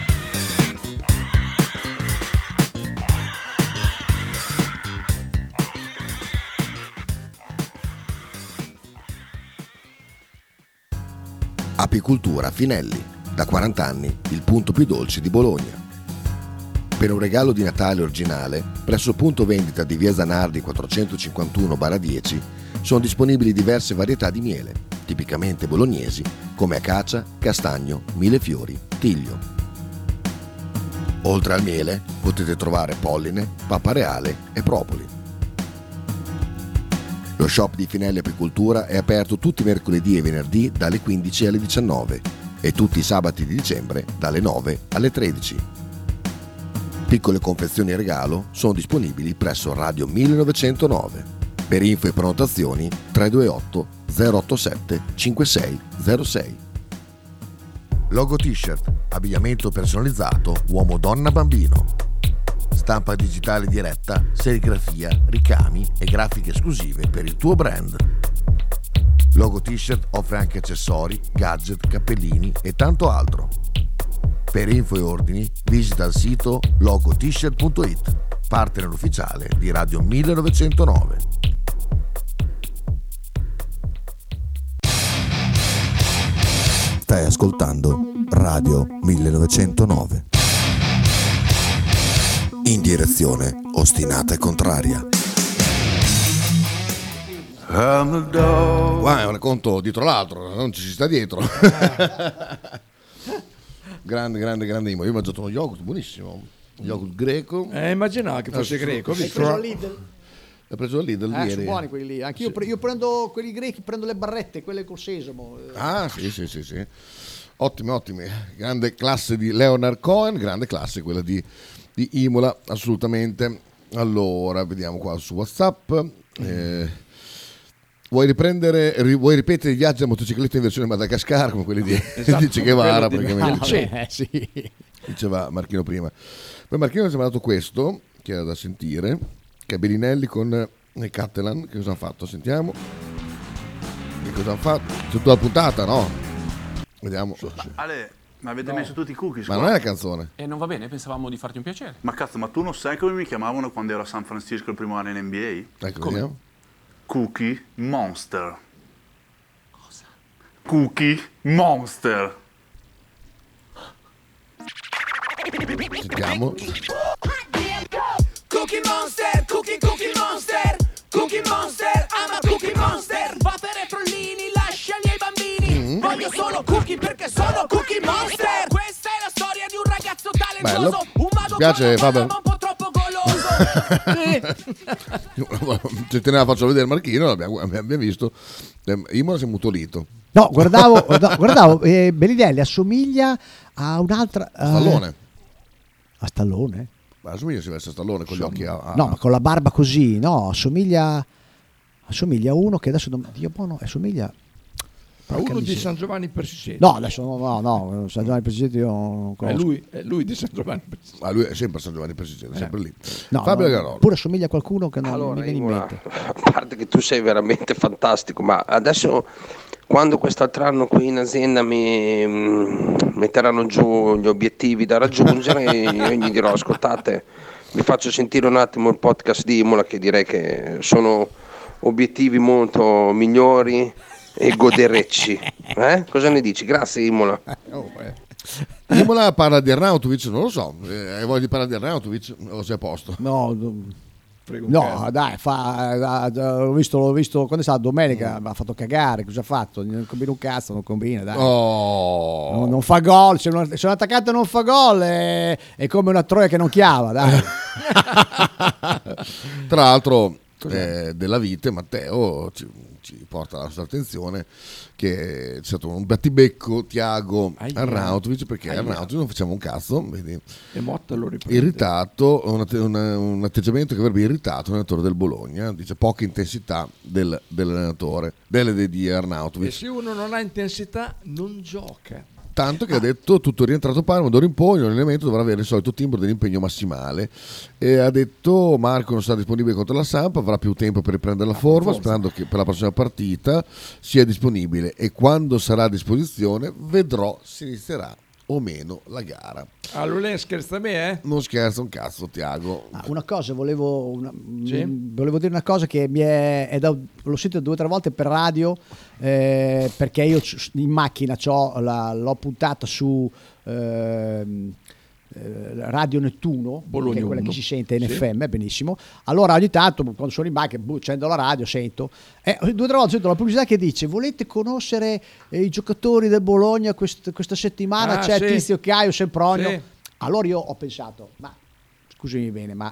Apicoltura Finelli, da 40 anni il punto più dolce di Bologna. Per un regalo di Natale originale, presso il punto vendita di via Zanardi 451/10 sono disponibili diverse varietà di miele, tipicamente bolognesi, come acacia, castagno, millefiori, tiglio. Oltre al miele potete trovare polline, pappa reale e propoli. Lo shop di Finelli Apicoltura è aperto tutti i mercoledì e venerdì dalle 15 alle 19. e tutti i sabati di dicembre dalle 9 alle 13. Piccole confezioni e regalo sono disponibili presso Radio 1909. Per info e prenotazioni 328 087 5606. Logo t-shirt, abbigliamento personalizzato uomo, donna, bambino. Stampa digitale diretta, serigrafia, ricami e grafiche esclusive per il tuo brand. Logo t-shirt offre anche accessori, gadget, cappellini e tanto altro. Per info e ordini visita il sito logotshirt.it, partner ufficiale di Radio 1909. Stai ascoltando Radio 1909. In direzione ostinata e contraria. Qua è un racconto dietro l'altro, non ci si sta dietro. grande Imo. Io ho mangiato uno yogurt buonissimo, yogurt greco. Immaginavo che fosse greco. Hai preso al Lidl? L'ho preso al Lidl ieri. Sono buoni quelli lì. Anch'io io prendo quelli grechi, prendo le barrette, quelle col sesamo. Ah, sì. Ottime. Grande classe di Leonard Cohen, grande classe quella di Imola, assolutamente. Allora, vediamo qua su WhatsApp. Vuoi ripetere i viaggi a motocicletta in versione Madagascar come quelli di Che Guevara praticamente? Sì. Diceva Marchino prima. Poi Marchino ci ha mandato questo che era da sentire, che è Bellinelli con i Catalan. Che cosa hanno fatto? Sentiamo. Che cosa hanno fatto? C'è tutta la puntata, no? Vediamo. Ale, ma avete messo tutti i cookies? Ma non è la canzone. E non va bene, pensavamo di farti un piacere. Ma cazzo, ma tu non sai come mi chiamavano quando ero a San Francisco il primo anno in NBA? Ecco, vediamo. Cookie Monster. Cosa? Cookie Monster. Sentiamo. Cookie Monster, Cookie Monster, Cookie Monster, ama Cookie Monster. Va per i trollini, lascia ai bambini. Voglio solo cookie perché sono Cookie Monster. Questa è la storia di un ragazzo talentuoso. Bello. Un mago piace, Fabio. ma un po' troppo goloso. Se te ne la faccio vedere Marchino, abbiamo visto. Imola si è mutolito. No, guardavo Bellinelli assomiglia a un'altra Stallone. A Stallone? Ma assomiglia a Stallone con gli occhi No, ma con la barba così, no, assomiglia a uno che adesso Dio buono, assomiglia a uno di San Giovanni Persiceti. No, adesso no, San Giovanni Persiceti io non conosco. È lui di San Giovanni Persiceti. Ma lui è sempre San Giovanni Persiceti, è sempre lì. No, Fabio Garolo. Pure assomiglia a qualcuno che non Allora, mi viene in mente. A parte che tu sei veramente fantastico, ma adesso quando quest'altro anno qui in azienda mi metteranno giù gli obiettivi da raggiungere, io gli dirò: ascoltate, vi faccio sentire un attimo il podcast di Imola, che direi che sono obiettivi molto migliori e goderecci. Cosa ne dici? Grazie Imola. Imola parla di Arnautovic, non lo so, hai voglia di parlare di Arnautovic o sei a posto? No, dai, l'ho visto quando è stata domenica, mi ha fatto cagare, cosa ha fatto? Non combina un cazzo, non combina, dai. Non fa gol, se un attaccante non fa gol è come una troia che non chiava, dai. Tra l'altro della vite Matteo ci porta la nostra attenzione che c'è stato un battibecco Tiago Arnautovic, perché Arnautovic non faceva un cazzo, vedi? E Motta lo riprende. Irritato, un atteggiamento che avrebbe irritato l'allenatore del Bologna, dice poca intensità dell'allenatore di Arnautovic. E se uno non ha intensità non gioca. Tanto che ha detto tutto è rientrato Parma, d'ora in poi l'allenamento dovrà avere il solito timbro dell'impegno massimale, e ha detto Marco non sarà disponibile contro la Samp, avrà più tempo per riprendere la forma, sperando che per la prossima partita sia disponibile, e quando sarà a disposizione vedrò se inizierà o meno la gara. Allora scherza me, Non scherza un cazzo Tiago. Una cosa, volevo dire una cosa che l'ho sentito 2 o 3 volte per radio, perché io in macchina l'ho puntata su Radio Nettuno, Bologna, che è quella 1. che si sente in Sì. FM, benissimo. Allora ogni tanto quando sono in macchina accendo la radio, sento 2 o 3 volte sento la pubblicità che dice: volete conoscere i giocatori del Bologna questa settimana? C'è sì. Tizio, Caio, Sempronio. Sì. Allora io ho pensato, ma scusami bene, ma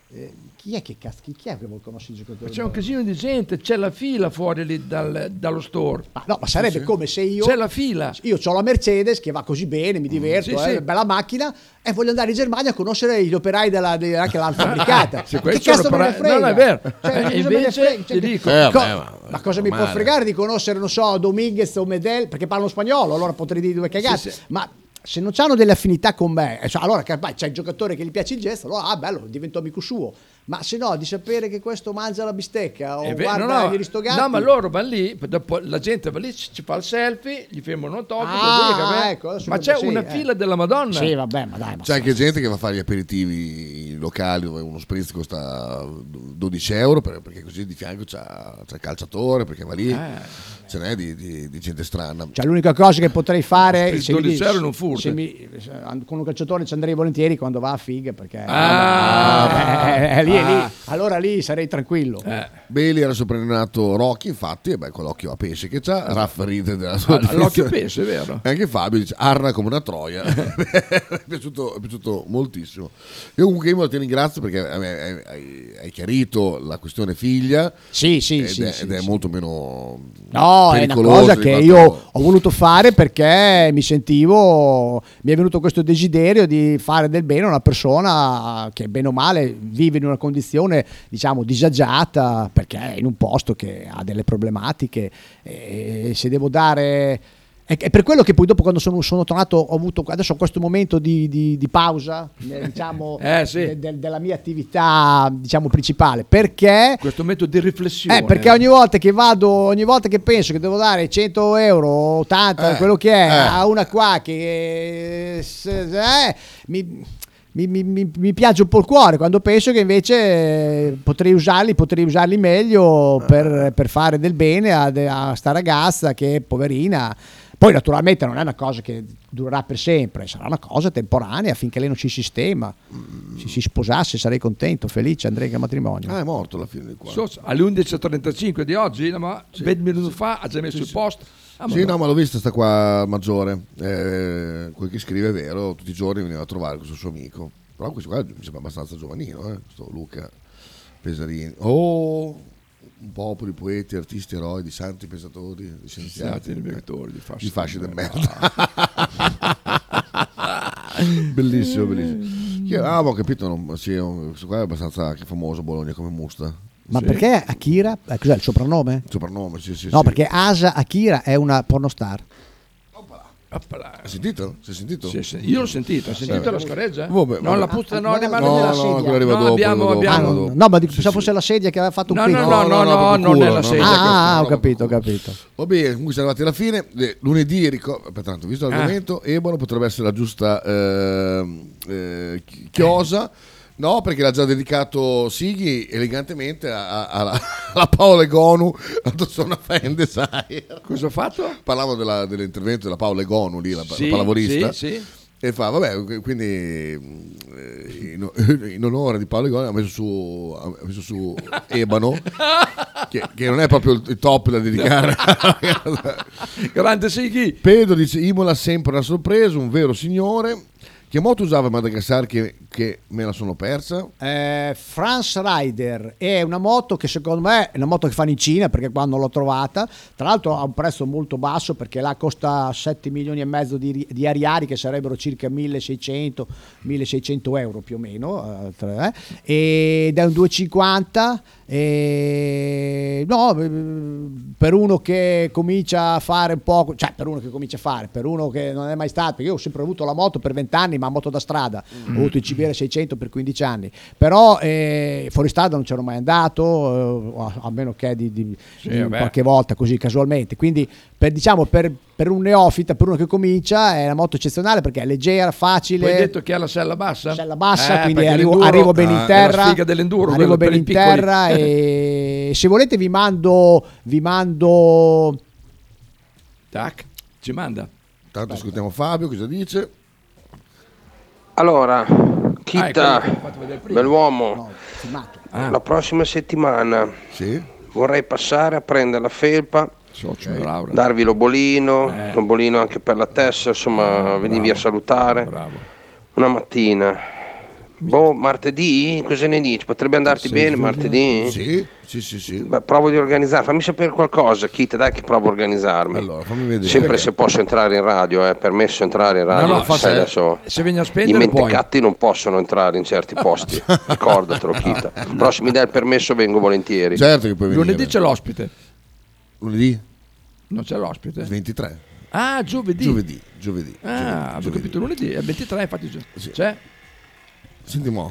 Chi è che vuol conoscere i giocatori? C'è un casino di gente, c'è la fila fuori lì dallo store. Ma sarebbe come se io... C'è la fila. Io ho la Mercedes che va così bene, mi diverto, bella macchina, e voglio andare in Germania a conoscere gli operai anche l'hanno fabbricata. Che cazzo me ne frega? Non è vero. Invece ti dico... ma cosa mi può fregare di conoscere, non so, Dominguez o Medel, perché parlano spagnolo, allora potrei dire due cagate. Ma se non hanno delle affinità con me, allora c'è il giocatore che gli piace il gesto, allora bello, divento amico suo. Ma se no, di sapere che questo mangia la bistecca o guarda gli ristogati. No, ma loro vanno lì, dopo la gente va lì, ci fa il selfie, gli fermano un tocco. Ma c'è una fila della Madonna. Sì, vabbè, ma dai. C'è anche gente che va a fare gli aperitivi locali dove uno spritz costa 12 euro perché così di fianco c'è il calciatore, perché va lì. Ce n'è di gente strana. Cioè, l'unica cosa che potrei fare se 12 euro non furto. Con un calciatore ci andrei volentieri quando va a figa, perché lì. Allora lì sarei tranquillo. Bailey era soprannominato Rocky, infatti, e con l'occhio a pesce che c'ha, Raff ride della sua l'occhio a pesce, è vero. E anche Fabio dice arna come una troia. è piaciuto moltissimo. Io comunque ti ringrazio perché hai chiarito la questione figlia. Sì. Ed è molto meno è una cosa che io ho voluto fare perché mi è venuto questo desiderio di fare del bene a una persona che bene o male vive in una condizione, diciamo, disagiata, perché è in un posto che ha delle problematiche, e se devo dare... È per quello che poi dopo, quando sono tornato, ho avuto adesso questo momento di pausa, diciamo, della mia attività, diciamo, principale, perché questo metodo di riflessione, perché ogni volta che penso che devo dare 100 euro, 80, quello che è, a una qua che mi piace un po' il cuore, quando penso che invece potrei usarli meglio per fare del bene a sta ragazza che, poverina. Poi naturalmente non è una cosa che durerà per sempre, sarà una cosa temporanea finché lei non si sistema. Se si sposasse sarei contento, felice, andrei al matrimonio. È morto alla fine di qua. Alle 11.35 di oggi, ma 20 minuti fa ha già messo il posto. Ma l'ho vista, sta qua maggiore, quel che scrive è vero, tutti i giorni veniva a trovare questo suo amico, però questo qua mi sembra abbastanza giovanino, questo Luca Pesarini. Un popolo di poeti, artisti, eroi, di santi, pensatori, di scienziati, di begatori, di fasci del merda. Bellissimo. Ho capito, questo qua è abbastanza anche famoso a Bologna come Musta. Ma perché Akira? Cos'è il soprannome? Soprannome, sì. No, perché Asa Akira è una pornostar. Hai sentito? Sei sentito? Sì. Io l'ho sentito. Hai sentito la scoreggia? Non la puzza, no, della sedia. quella arriva dopo. Abbiamo. No, ma pensavo fosse la sedia che aveva fatto un click. No, non è la sedia. Ho capito. Va bene, comunque siamo arrivati alla fine. Lunedì, pertanto, visto l'argomento, Ebano potrebbe essere la giusta chiosa. No, perché l'ha già dedicato Sighi elegantemente alla Paola Egonu, a Tossona Fende, sai. Cosa ho fatto? Parlavo dell'intervento della Paola Egonu lì, la pallavolista. Sì. E fa, vabbè, quindi in onore di Paola Egonu ha messo su Ebano, che non è proprio il top da dedicare. Grande Sighi. Pedro dice, Imola sempre una sorpresa, un vero signore. Che moto usava a Madagascar che me la sono persa? France Rider è una moto che secondo me è una moto che fanno in Cina, perché quando l'ho trovata, tra l'altro a un prezzo molto basso, perché là costa 7 milioni e mezzo di ariari, che sarebbero circa 1600 euro più o meno, ed è un 250. Per uno che comincia a fare un po', per uno che non è mai stato, perché io ho sempre avuto la moto per 20 anni, ma moto da strada, ho avuto il CBR 600 per 15 anni, però fuori strada non c'ero mai andato, a meno che di qualche volta così casualmente, quindi per un neofita, per uno che comincia, è una moto eccezionale perché è leggera, facile. Poi hai detto che ha la sella bassa? Quindi arrivo bene in terra. È la sfiga dell'enduro, arrivo bene in terra, e se volete vi mando tac, ci manda. Tanto ascoltiamo Fabio cosa dice. Allora, Chita, bell'uomo, la prossima settimana vorrei passare a prendere la felpa, darvi l'obolino anche per la testa, insomma, venivi a salutare. Una mattina Boh, martedì? Cosa ne dici? Potrebbe andarti bene martedì? Sì. Beh, provo di organizzare, fammi sapere qualcosa, Kit, dai che provo a organizzarmi. Allora, fammi vedere. Sempre se posso entrare in radio, permesso entrare in radio. No, sai, adesso se vieni a i spendere puoi. mentecatti non possono entrare in certi posti, ricordatelo, Kit. Però se mi dai il permesso vengo volentieri. Certo che puoi venire. Lunedì c'è l'ospite. Lunedì? Non c'è l'ospite? 23. Ah, giovedì. Giovedì. Ah, avevo capito lunedì, è 23, infatti c'è. Senti mo'.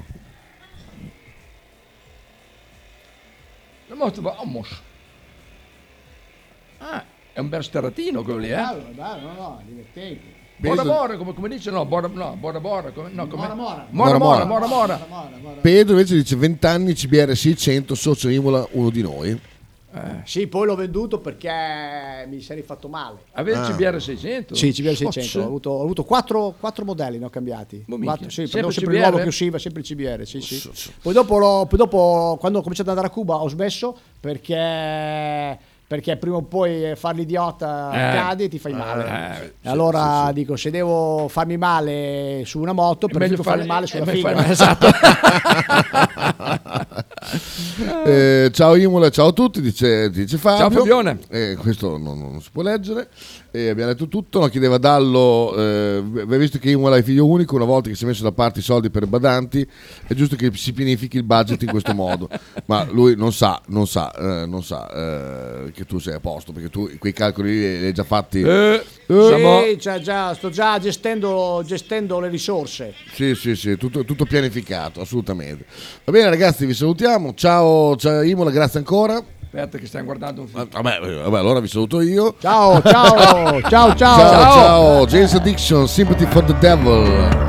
La mostra va Ah, è un bel sterratino quello lì, No, divertente. Bora Bora, come dice? No, Bora Bora. Mora. Pedro invece dice 20 anni, CBR 600, socio Imola, uno di noi. Sì, poi l'ho venduto perché mi sarei fatto male. Avevi il CBR 600? Sì, CBR 600. Ho avuto 4 modelli, ne ho cambiati. Sì, sempre il nuovo che usciva, sempre il CBR. Sì. Poi dopo, quando ho cominciato ad andare a Cuba, ho smesso perché prima o poi far l'idiota cadi e ti fai male. Allora dico, se devo farmi male su una moto, preferisco farmi male sulla figa. Esatto. Ciao Imola, ciao a tutti, dice Fabio. Ciao Fabione. Questo non si può leggere. Abbiamo detto tutto. No, chiedeva Dallo, visto che Imola è figlio unico, una volta che si è messo da parte i soldi per i badanti, è giusto che si pianifichi il budget in questo modo. Ma lui non sa che tu sei a posto, perché tu quei calcoli li hai già fatti. Sì, sto già gestendo le risorse. Sì, tutto pianificato, assolutamente. Va bene ragazzi, vi salutiamo. Ciao Imola, grazie ancora. Aspetta che stiamo guardando un film. Vabbè, allora vi saluto io. Ciao. James Addiction, Sympathy for the Devil.